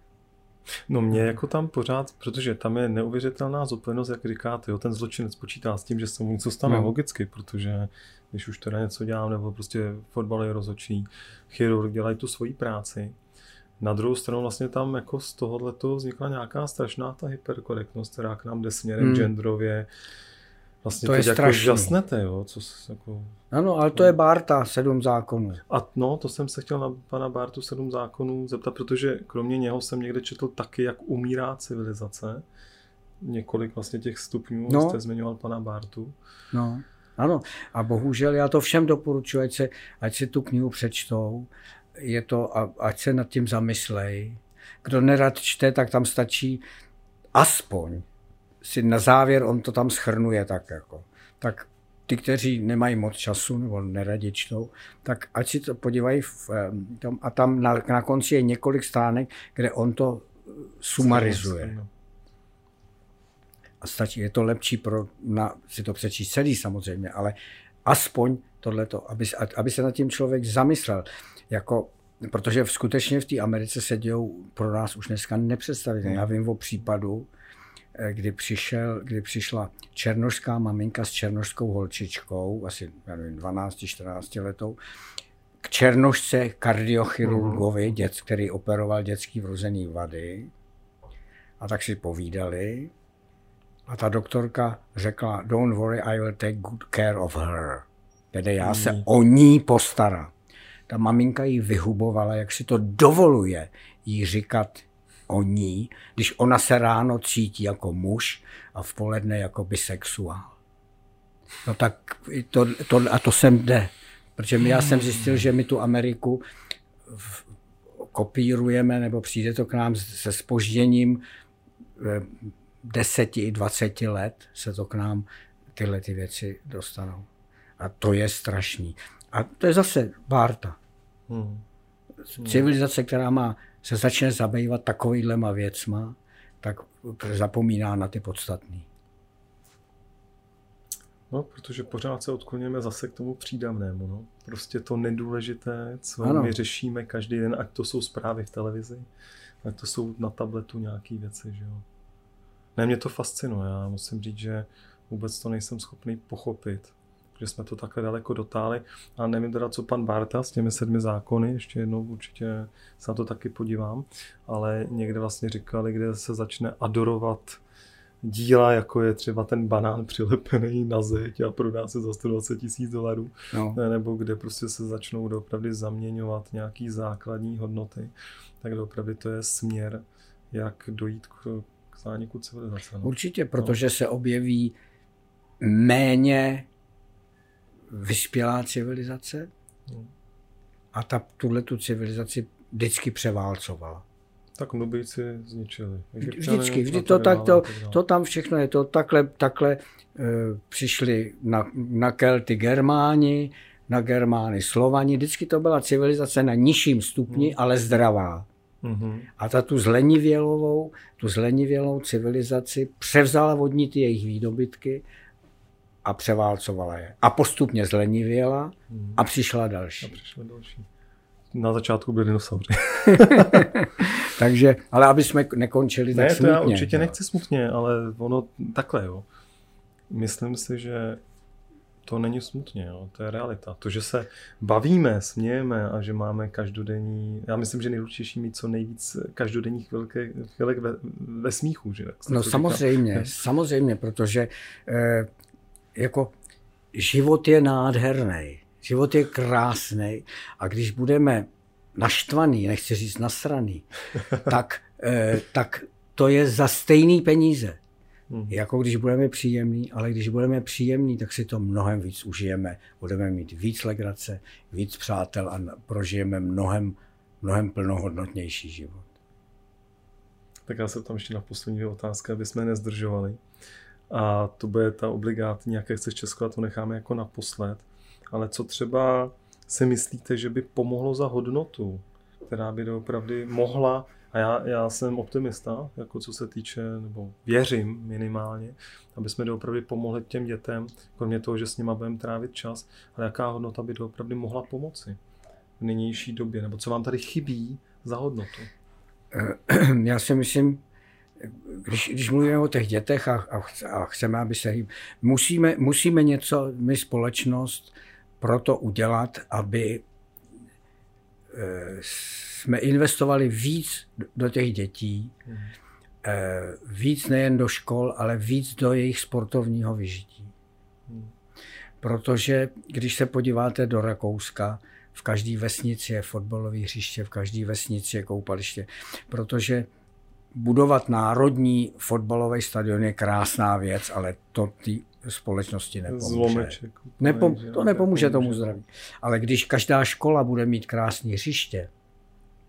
No mě jako tam pořád, protože tam je neuvěřitelná zodpovědnost, jak říkáte, jo, ten zločinec počítá s tím, že se mu něco stane logicky, protože když už teda něco dělám, nebo prostě fotbalový rozhodčí, chirurg dělají tu svoji práci. Na druhou stranu vlastně tam jako z tohohleto vznikla nějaká strašná ta hyperkorektnost, která k nám jde směrem genderově. Vlastně to teď je jako žasnete, jo? Co jako... Ano, ale to je Barta, 7 zákonů. A no, to jsem se chtěl na pana Bartu 7 zákonů zeptat, protože kromě něho jsem někde četl taky, jak umírá civilizace. Několik vlastně těch stupňů, jste zmiňoval pana Bartu. No, ano. A bohužel já to všem doporučuji, ať si tu knihu přečtou. Je to, ať se nad tím zamyslej. Kdo nerad čte, tak tam stačí aspoň si na závěr on to tam shrnuje tak jako. Tak ty, kteří nemají moc času nebo neradi čtou, tak ať si to podívají a tam na konci je několik stránek, kde on to sumarizuje. A stačí, je to lepší si to přečíst celý samozřejmě, ale aspoň tohleto, aby se nad tím člověk zamyslel. Protože skutečně v té Americe se dějou pro nás už dneska nepředstavitelné. Já vím o případu, kdy přišla černošská maminka s černošskou holčičkou, asi 12-14 letou, k černošce kardiochirurgovi, který operoval dětský vrozený vady. A tak si povídali. A ta doktorka řekla, don't worry, I will take good care of her. Tedy já se o ní postarám. Ta maminka jí vyhubovala, jak si to dovoluje jí říkat o ní, když ona se ráno cítí jako muž a v poledne jako bisexuál. No tak to sem jde. Protože já jsem zjistil, že my tu Ameriku kopírujeme, nebo přijde to k nám se zpožděním 10 i 20 let se to k nám tyhle ty věci dostanou. A to je strašný. A to je zase Barta. Civilizace, která se začne zabývat takovýhlema věcma, tak zapomíná na ty podstatný. No, protože pořád se odkloníme zase k tomu přídavnému. No. Prostě to nedůležité, co my řešíme každý den, ať to jsou zprávy v televizi, ať to jsou na tabletu nějaké věci. Že jo. Ne, mě to fascinuje. Já musím říct, že vůbec to nejsem schopný pochopit, že jsme to takhle daleko dotáhli. A nevím teda, co pan Barta s těmi 7 zákony, ještě jednou určitě se na to taky podívám, ale někde vlastně říkali, kde se začne adorovat díla, jako je třeba ten banán přilepený na zeď a prodá se za $120,000, nebo kde prostě se začnou doopravdy zaměňovat nějaký základní hodnoty, tak doopravdy to je směr, jak dojít k zániku civilizace. No. Určitě, protože se objeví méně vyspělá civilizace a tuhletu civilizaci vždycky převálcovala. Tak Nubijci zničili. Vždycky. To tam všechno je. To takhle přišli na Kelty Germáni, na Germány Slovani. Vždycky to byla civilizace na nižším stupni, ale zdravá. A tu zlenivělou civilizaci převzala od ní ty jejich výdobytky a převálcovala je. A postupně zlenivěla a přišla další. Na začátku byli dinosauři. Takže, ale aby jsme nekončili tak smutně. Ne, to já určitě nechci smutně, ale ono takhle, jo. Myslím si, že to není smutně, jo. To je realita. To, že se bavíme, smějeme a že máme každodenní, já myslím, že nejdůležitější mít co nejvíc každodenních chvilek ve smíchu. Že? No samozřejmě, protože jako život je nádherný. Život je krásný a když budeme naštvaný, nechci říct nasraný, tak to je za stejný peníze. Jako když budeme příjemný, ale když budeme příjemný, tak si to mnohem víc užijeme. Budeme mít víc legrace, víc přátel a prožijeme mnohem plnohodnotnější život. Tak já se tam ještě na poslední otázka, aby jsme nezdržovali. A to bude ta obligátní, jaké chceš Česko, a to necháme jako naposled. Ale co třeba si myslíte, že by pomohlo za hodnotu, která by doopravdy mohla, a já jsem optimista, jako co se týče, nebo věřím minimálně, aby jsme doopravdy pomohli těm dětem, kromě toho, že s nima budeme trávit čas, ale jaká hodnota by doopravdy mohla pomoci v nynější době, nebo co vám tady chybí za hodnotu? Já si myslím, když mluvíme o těch dětech a chceme, aby se musíme něco, my společnost, proto udělat, aby jsme investovali víc do těch dětí, víc nejen do škol, ale víc do jejich sportovního vyžití. Protože když se podíváte do Rakouska, v každé vesnici je fotbalové hřiště, v každé vesnici je koupaliště, protože budovat národní fotbalový stadion je krásná věc, ale to ty společnosti nepomůže. To nepomůže tomu zdraví. Ale když každá škola bude mít krásné hřiště,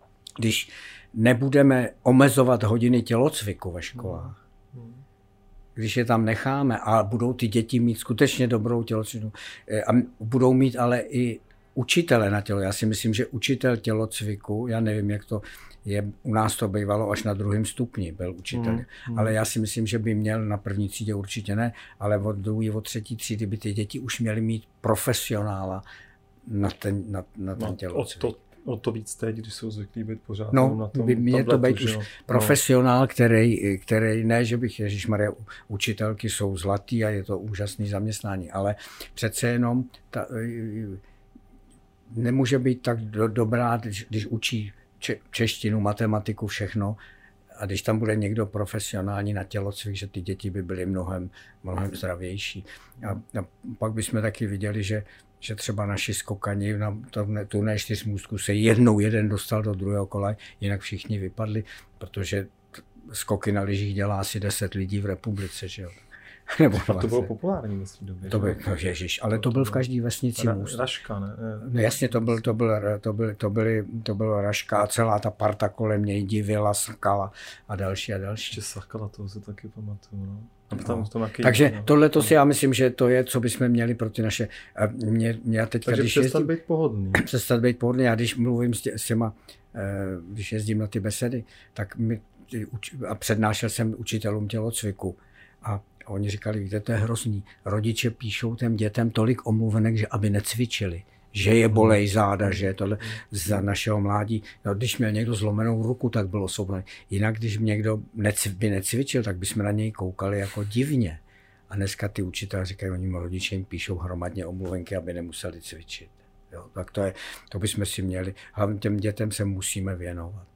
když nebudeme omezovat hodiny tělocviku ve školách, když je tam necháme a budou ty děti mít skutečně dobrou tělocvičnu a budou mít ale i učitele na tělo. Já si myslím, že učitel tělocviku, já nevím, jak to je, u nás to bývalo až na 2. stupni, byl učitel. Ale já si myslím, že by měl na 1. třídě určitě ne, ale od 2., od 3. třídy by ty děti už měly mít profesionála na ten tělocvik. O to víc teď, když jsou zvyklí být pořád na tom by měl to být už profesionál, který ne, že bych, ježišmarja, učitelky jsou zlatý a je to úžasný zaměstnání, ale přece jenom nemůže být tak dobrá, když učí češtinu, matematiku, všechno, a když tam bude někdo profesionální na tělocvik, že ty děti by byly mnohem zdravější. A pak bychom taky viděli, že třeba naši skokani na turné 4můstku se jeden dostal do druhého kola, jinak všichni vypadli, protože skoky na lyžích dělá asi 10 lidí v republice, že jo. Nebo a to bylo populární ve své době. Ale to byl v každé vesnici můst. Raška, ne? No jasně, to byl Raška a celá ta parta kolem něj divila, Sakala a další. Ještě Sakala, toho se taky pamatuju. No. Takže tohleto si já myslím, že to je, co bychom měli pro ty naše... Takže přestat být pohodlný. Přestat být pohodlný. Já když mluvím s těma, když jezdím na ty besedy, tak a přednášel jsem učitelům tělocviku a oni říkali, víte, to je hrozný. Rodiče píšou těm dětem tolik omluvenek, že aby necvičili. Že je bolej záda, že je tohle za našeho mládí. No, když měl někdo zlomenou ruku, tak bylo osobné. Jinak, když někdo by necvičil, tak bychom na něj koukali jako divně. A dneska ty učitelé říkají, oni rodiče jim píšou hromadně omluvenky, aby nemuseli cvičit. Jo, tak to bychom si měli. Hlavně těm dětem se musíme věnovat.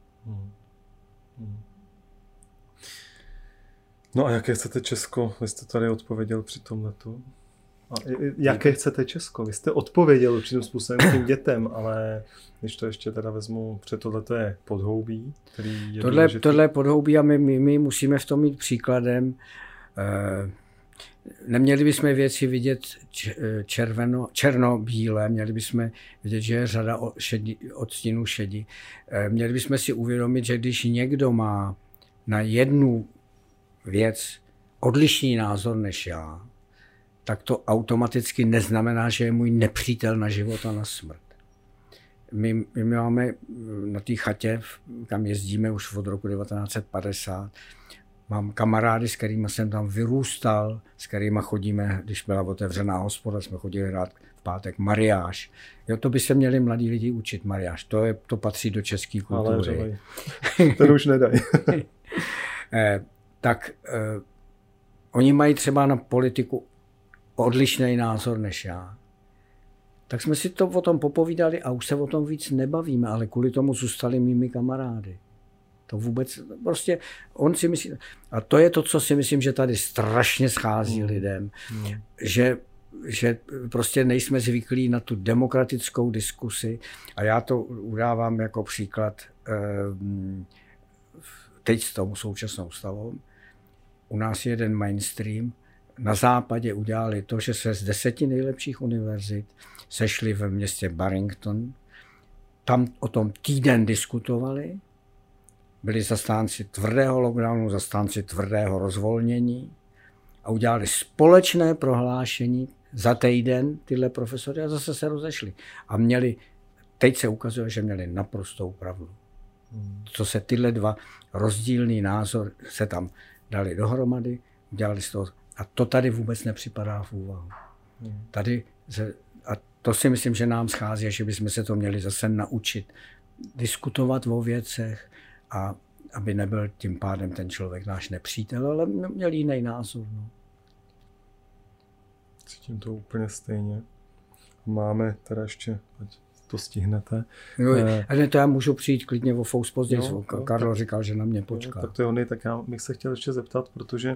No a jaké chcete Česko? Vy jste tady odpověděl při tomhletu. A jaké chcete Česko? Vy jste odpověděl určitým způsobem tím dětem, ale když to ještě teda vezmu, před tohleto je podhoubí, který je tohle je podhoubí a my musíme v tom mít příkladem. Neměli bychom věci vidět černobílé, měli bychom vidět, že je řada odstínů šedi. Měli bychom si uvědomit, že když někdo má na jednu věc odlišný názor než já, tak to automaticky neznamená, že je můj nepřítel na život a na smrt. My máme na té chatě, kam jezdíme už od roku 1950, mám kamarády, s kterými jsem tam vyrůstal, s kterými chodíme, když byla otevřená hospoda, jsme chodili hrát v pátek mariáš. Jo, to by se měli mladí lidi učit, mariáš. To patří do české kultury. Ale ten už nedají. Oni mají třeba na politiku odlišný názor než já. Tak jsme si to o tom popovídali a už se o tom víc nebavíme, ale kvůli tomu zůstali mými kamarády. To vůbec, prostě on si myslí, a to je to, co si myslím, že tady strašně schází lidem, že prostě nejsme zvyklí na tu demokratickou diskusi a já to udávám jako příklad teď s tou současnou stavou. U nás je jeden mainstream, na západě udělali to, že se z 10 nejlepších univerzit sešli ve městě Barrington, tam o tom týden diskutovali, byli zastánci tvrdého lockdownu, zastánci tvrdého rozvolnění a udělali společné prohlášení za týden tyhle profesory a zase se rozešli. A teď se ukazuje, že měli naprostou pravdu. Co se tyhle dva rozdílný názor se tam dali dohromady, udělali z toho. A to tady vůbec nepřipadá v úvahu. A to si myslím, že nám schází, že bychom se to měli zase naučit diskutovat o věcech a aby nebyl tím pádem ten člověk náš nepřítel, ale měl jiný názor. No. Cítím to úplně stejně. Máme teda ještě, ať to stihnete. Jo, ale to já můžu přijít klidně o fous později. Karlo říkal, že na mě počká. Tak to je ono, tak já bych se chtěl ještě zeptat, protože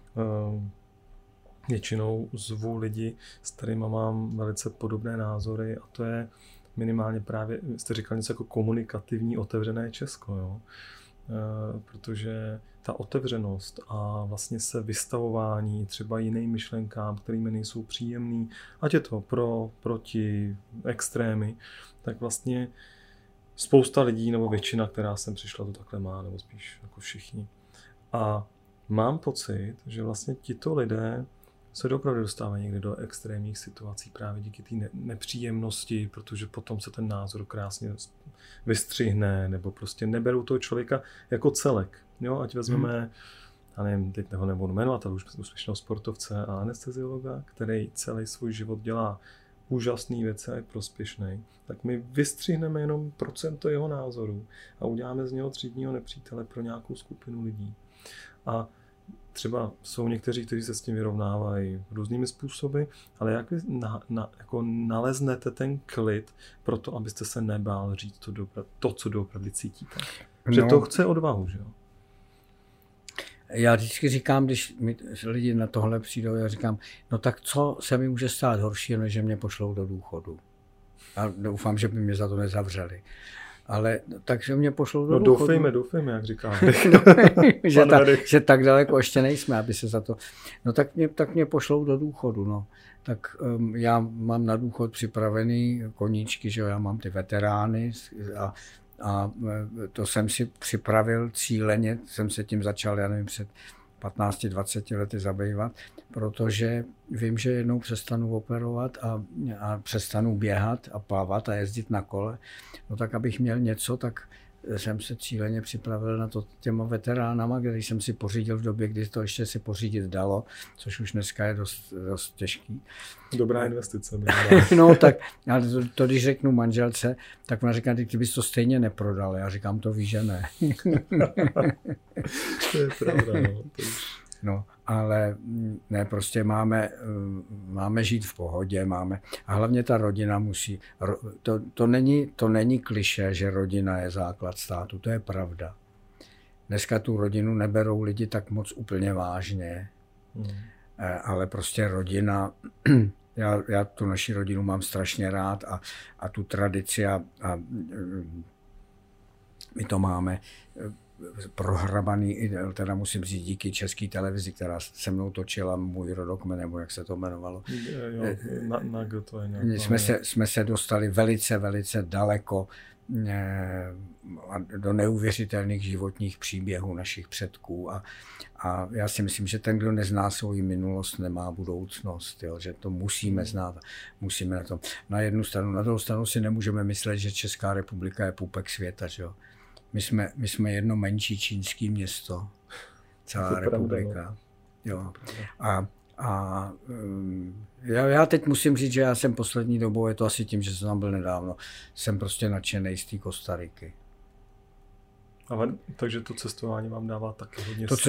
většinou zvu lidi, s kterými mám velice podobné názory a to je minimálně právě, jste říkal něco jako komunikativní, otevřené Česko, jo? Protože ta otevřenost a vlastně se vystavování třeba jiným myšlenkám, kterými nejsou příjemný, ať je to proti, extrémy, tak vlastně spousta lidí, nebo většina, která sem přišla, to takhle má, nebo spíš jako všichni. A mám pocit, že vlastně tito lidé se opravdu dostávají někdy do extrémních situací právě díky té nepříjemnosti, protože potom se ten názor krásně vystřihne, nebo prostě neberou toho člověka jako celek. Jo, ať vezmeme, já nevím, teď ho nebudu jmenovat, ale už úspěšného sportovce a anesteziologa, který celý svůj život dělá úžasný věci a je prospěšný, tak my vystřihneme jenom procento jeho názoru a uděláme z něho třídního nepřítele pro nějakou skupinu lidí. A třeba jsou někteří, kteří se s tím vyrovnávají různými způsoby, ale jak vy jako naleznete ten klid pro to, abyste se nebál říct to co doopravdy cítíte? Že to chce odvahu, že jo? Já vždycky říkám, když mi lidi na tohle přijdou, já říkám, no tak co se mi může stát horšího, než že mě pošlou do důchodu. A doufám, že by mě za to nezavřeli. Ale takže mě pošlou do důchodu. Doufejme, jak říkám. že tak daleko ještě nejsme, aby se za to... No tak mě pošlou do důchodu, no. Tak já mám na důchod připravený koníčky, že jo, já mám ty veterány a to jsem si připravil cíleně, jsem se tím začal, já nevím, před 15-20 lety zabývat, protože vím, že jednou přestanu operovat a přestanu běhat a plavat a jezdit na kole. No tak abych měl něco, tak jsem se cíleně připravil na to těma veteránama, který jsem si pořídil v době, kdy to ještě si pořídit dalo, což už dneska je dost těžký. Dobrá investice. No tak, ale to když řeknu manželce, tak ona říká, ty bys to stejně neprodal. Já říkám, to víš, že ne. To je pravda, no. No, ale ne, prostě máme žít v pohodě, a hlavně ta rodina musí, to není klišé, že rodina je základ státu, to je pravda. Dneska tu rodinu neberou lidi tak moc úplně vážně, ale prostě rodina, já tu naši rodinu mám strašně rád a tu tradici a my to máme prohrabaný, teda musím říct díky České televizi, která se mnou točila Můj rodokmen, nebo jak se to jmenovalo. Jsme se dostali velice, velice daleko do neuvěřitelných životních příběhů našich předků a já si myslím, že ten, kdo nezná svou minulost, nemá budoucnost, jo? Že to musíme znát, musíme na to. Na jednu stranu, na druhou stranu si nemůžeme myslet, že Česká republika je pupek světa, že jo? My jsme jedno menší čínské město, celá republika. Jo. Já teď musím říct, že já jsem poslední dobou, je to asi tím, že jsem tam byl nedávno, jsem prostě nadšenej z té Kostariky. Takže to cestování vám dává taky hodně to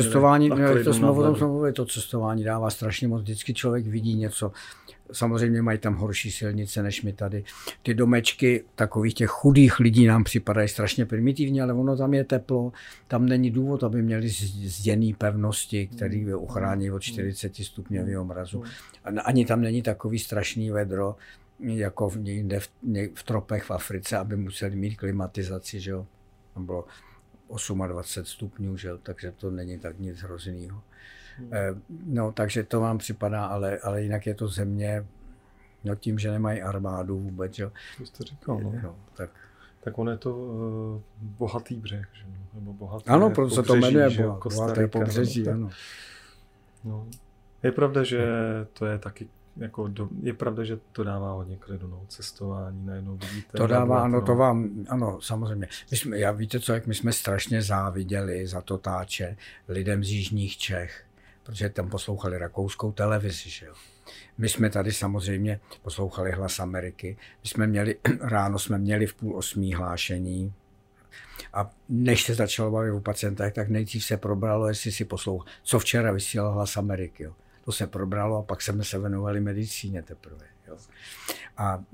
cestování dává strašně moc. Vždycky člověk vidí něco. Samozřejmě mají tam horší silnice než my tady. Ty domečky takových těch chudých lidí nám připadají strašně primitivní, ale ono tam je teplo. Tam není důvod, aby měli zděný pevnosti, které je uchrání od 40 stupňového mrazu. Ani tam není takový strašný vedro, jako v tropech v Africe, aby museli mít klimatizaci, že jo. Tam bylo 28 stupňů, že? Takže to není tak nic hroznýho. No, takže to vám připadá, ale jinak je to země, no tím, že nemají armádu vůbec, že? To jste říkal, no. No tak on je to bohatý břeh, že? Nebo bohaté ano, proto se to jmenuje bohaté pobřeží, ano. No. Je pravda, že to je taky je pravda, že to dává hodně klidu, no, cestování najednou vidíte. To dává, ano, samozřejmě. Víte co, jak my jsme strašně záviděli za to táče lidem z jižních Čech, protože tam poslouchali rakouskou televizi, že jo. My jsme tady samozřejmě poslouchali Hlas Ameriky. Ráno jsme měli v 7:30 hlášení a než se začalo bavit o pacientech, tak nejdřív se probralo, jestli si poslouchal, co včera vysílal Hlas Ameriky, jo. To se probralo a pak jsme se věnovali medicíně teprve. Jo. A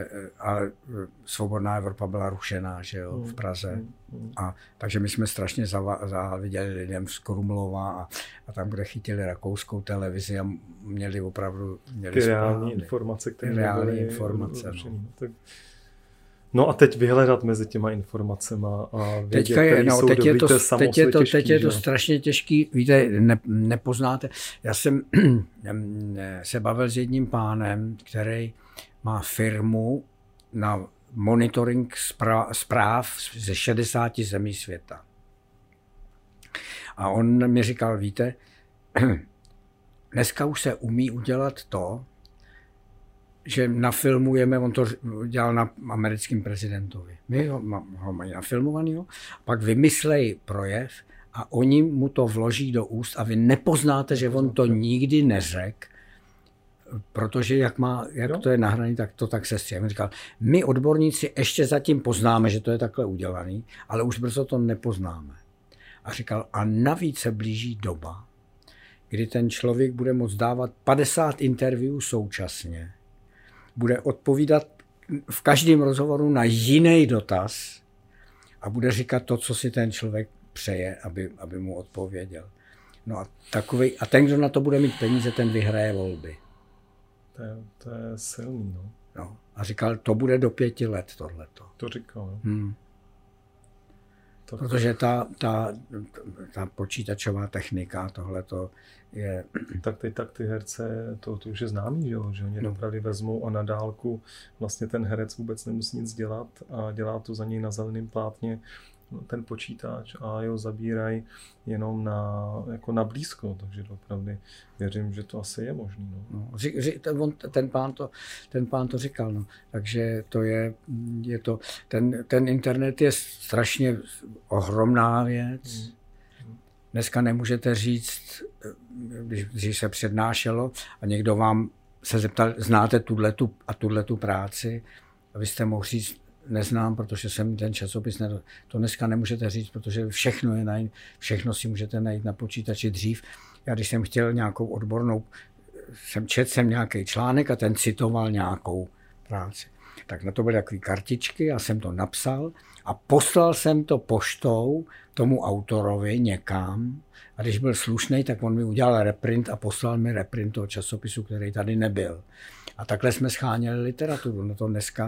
Svobodná Evropa byla rušená, že jo, v Praze. Takže my jsme strašně záviděli lidem z Krumlova a tam, kde chytili rakouskou televizi a měli opravdu ty reální informace, které byly no. No a teď vyhledat mezi těma informacema a vědět, teď je to strašně těžký, víte, nepoznáte. Já jsem se bavil s jedním pánem, který má firmu na monitoring zpráv ze 60 zemí světa. A on mi říkal, víte, dneska už se umí udělat to, že nafilmujeme, on to dělal na americkém prezidentovi. My ho mají nafilmovanýho, pak vymyslej projev a oni mu to vloží do úst a vy nepoznáte, že on to nikdy neřekl, protože jak to je nahraný, tak to tak se střihne. Říkal, my odborníci ještě zatím poznáme, že to je takhle udělaný, ale už brzo to nepoznáme. A říkal, a navíc se blíží doba, kdy ten člověk bude moct dávat 50 interviewů současně, bude odpovídat v každém rozhovoru na jiný dotaz a bude říkat to, co si ten člověk přeje, aby mu odpověděl. No a ten, kdo na to bude mít peníze, ten vyhraje volby. To je silný, no. No. A říkal, to bude do 5 let tohleto. To říkal, jo. Protože ta počítačová technika, tohleto je... Tak ty herce, to už je známý, že oni opravdu vezmou a na dálku vlastně ten herec vůbec nemusí nic dělat a dělá to za něj na zeleném plátně ten počítač a jeho zabírají jenom na blízko, takže opravdu věřím, že to asi je možný. No. Ten pán to říkal, no. Takže to je to, ten internet je strašně ohromná věc. Dneska nemůžete říct, když se přednášelo a někdo vám se zeptal, znáte tuhletu práci, a vy jste mohl říct, neznám, protože jsem ten časopis to dneska nemůžete říct, protože všechno si můžete najít na počítači dřív. Já když jsem chtěl nějakou odbornou, četl jsem nějaký článek a ten citoval nějakou práci. Tak na to byly takové kartičky, já jsem to napsal a poslal jsem to poštou tomu autorovi někam a když byl slušnej, tak on mi udělal reprint a poslal mi reprint toho časopisu, který tady nebyl. A takhle jsme scháněli literaturu. No to dneska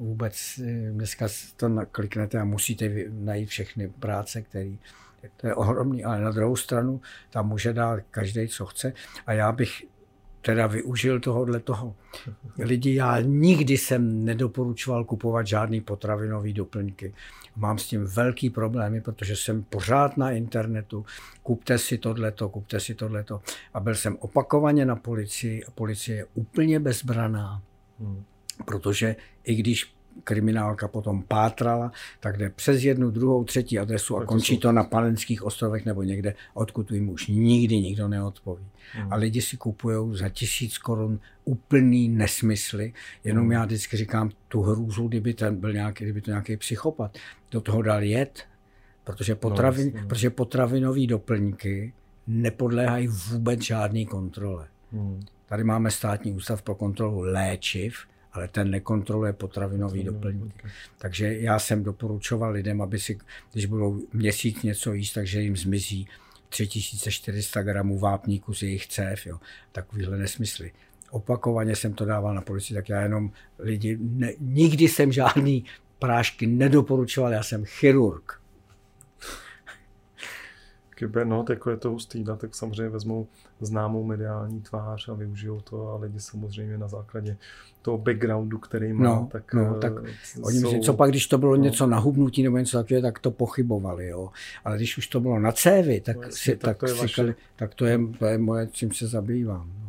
to kliknete a musíte najít všechny práce, které... To je ohromný, ale na druhou stranu tam může dát každý, co chce. A já bych teda využil toho. Lidi, já nikdy jsem nedoporučoval kupovat žádný potravinový doplňky. Mám s tím velký problémy, protože jsem pořád na internetu. Kupte si tohleto. A byl jsem opakovaně na policii a policie je úplně bezbraná. Protože i když kriminálka potom pátrala, tak jde přes 1, 2, 3 adresu a končí to na Panenských ostrovech nebo někde, odkud jim už nikdy nikdo neodpoví. A lidi si kupují za 1000 korun úplný nesmysly, jenom já vždycky říkám tu hrůzu, kdyby to nějaký psychopat, do toho dal jet, protože potravinové doplňky nepodléhají vůbec žádné kontrole. Tady máme Státní ústav pro kontrolu léčiv, ale ten nekontroluje potravinový doplňky. Takže já jsem doporučoval lidem, aby si, když budou měsíc něco jíst, takže jim zmizí 3400 gramů vápníku z jejich cév. Jo. Takovýhle nesmysly. Opakovaně jsem to dával na policii, tak já jenom nikdy jsem žádný prášky nedoporučoval, já jsem chirurg. Jako je to hustý, tak samozřejmě vezmou známou mediální tvář a využijou to a lidi samozřejmě na základě toho backgroundu, který má, tak oni myslí, co pak, když to bylo něco na hubnutí nebo něco takového, tak to pochybovali, jo. Ale když už to bylo na cévy, tak to je moje, čím se zabývám.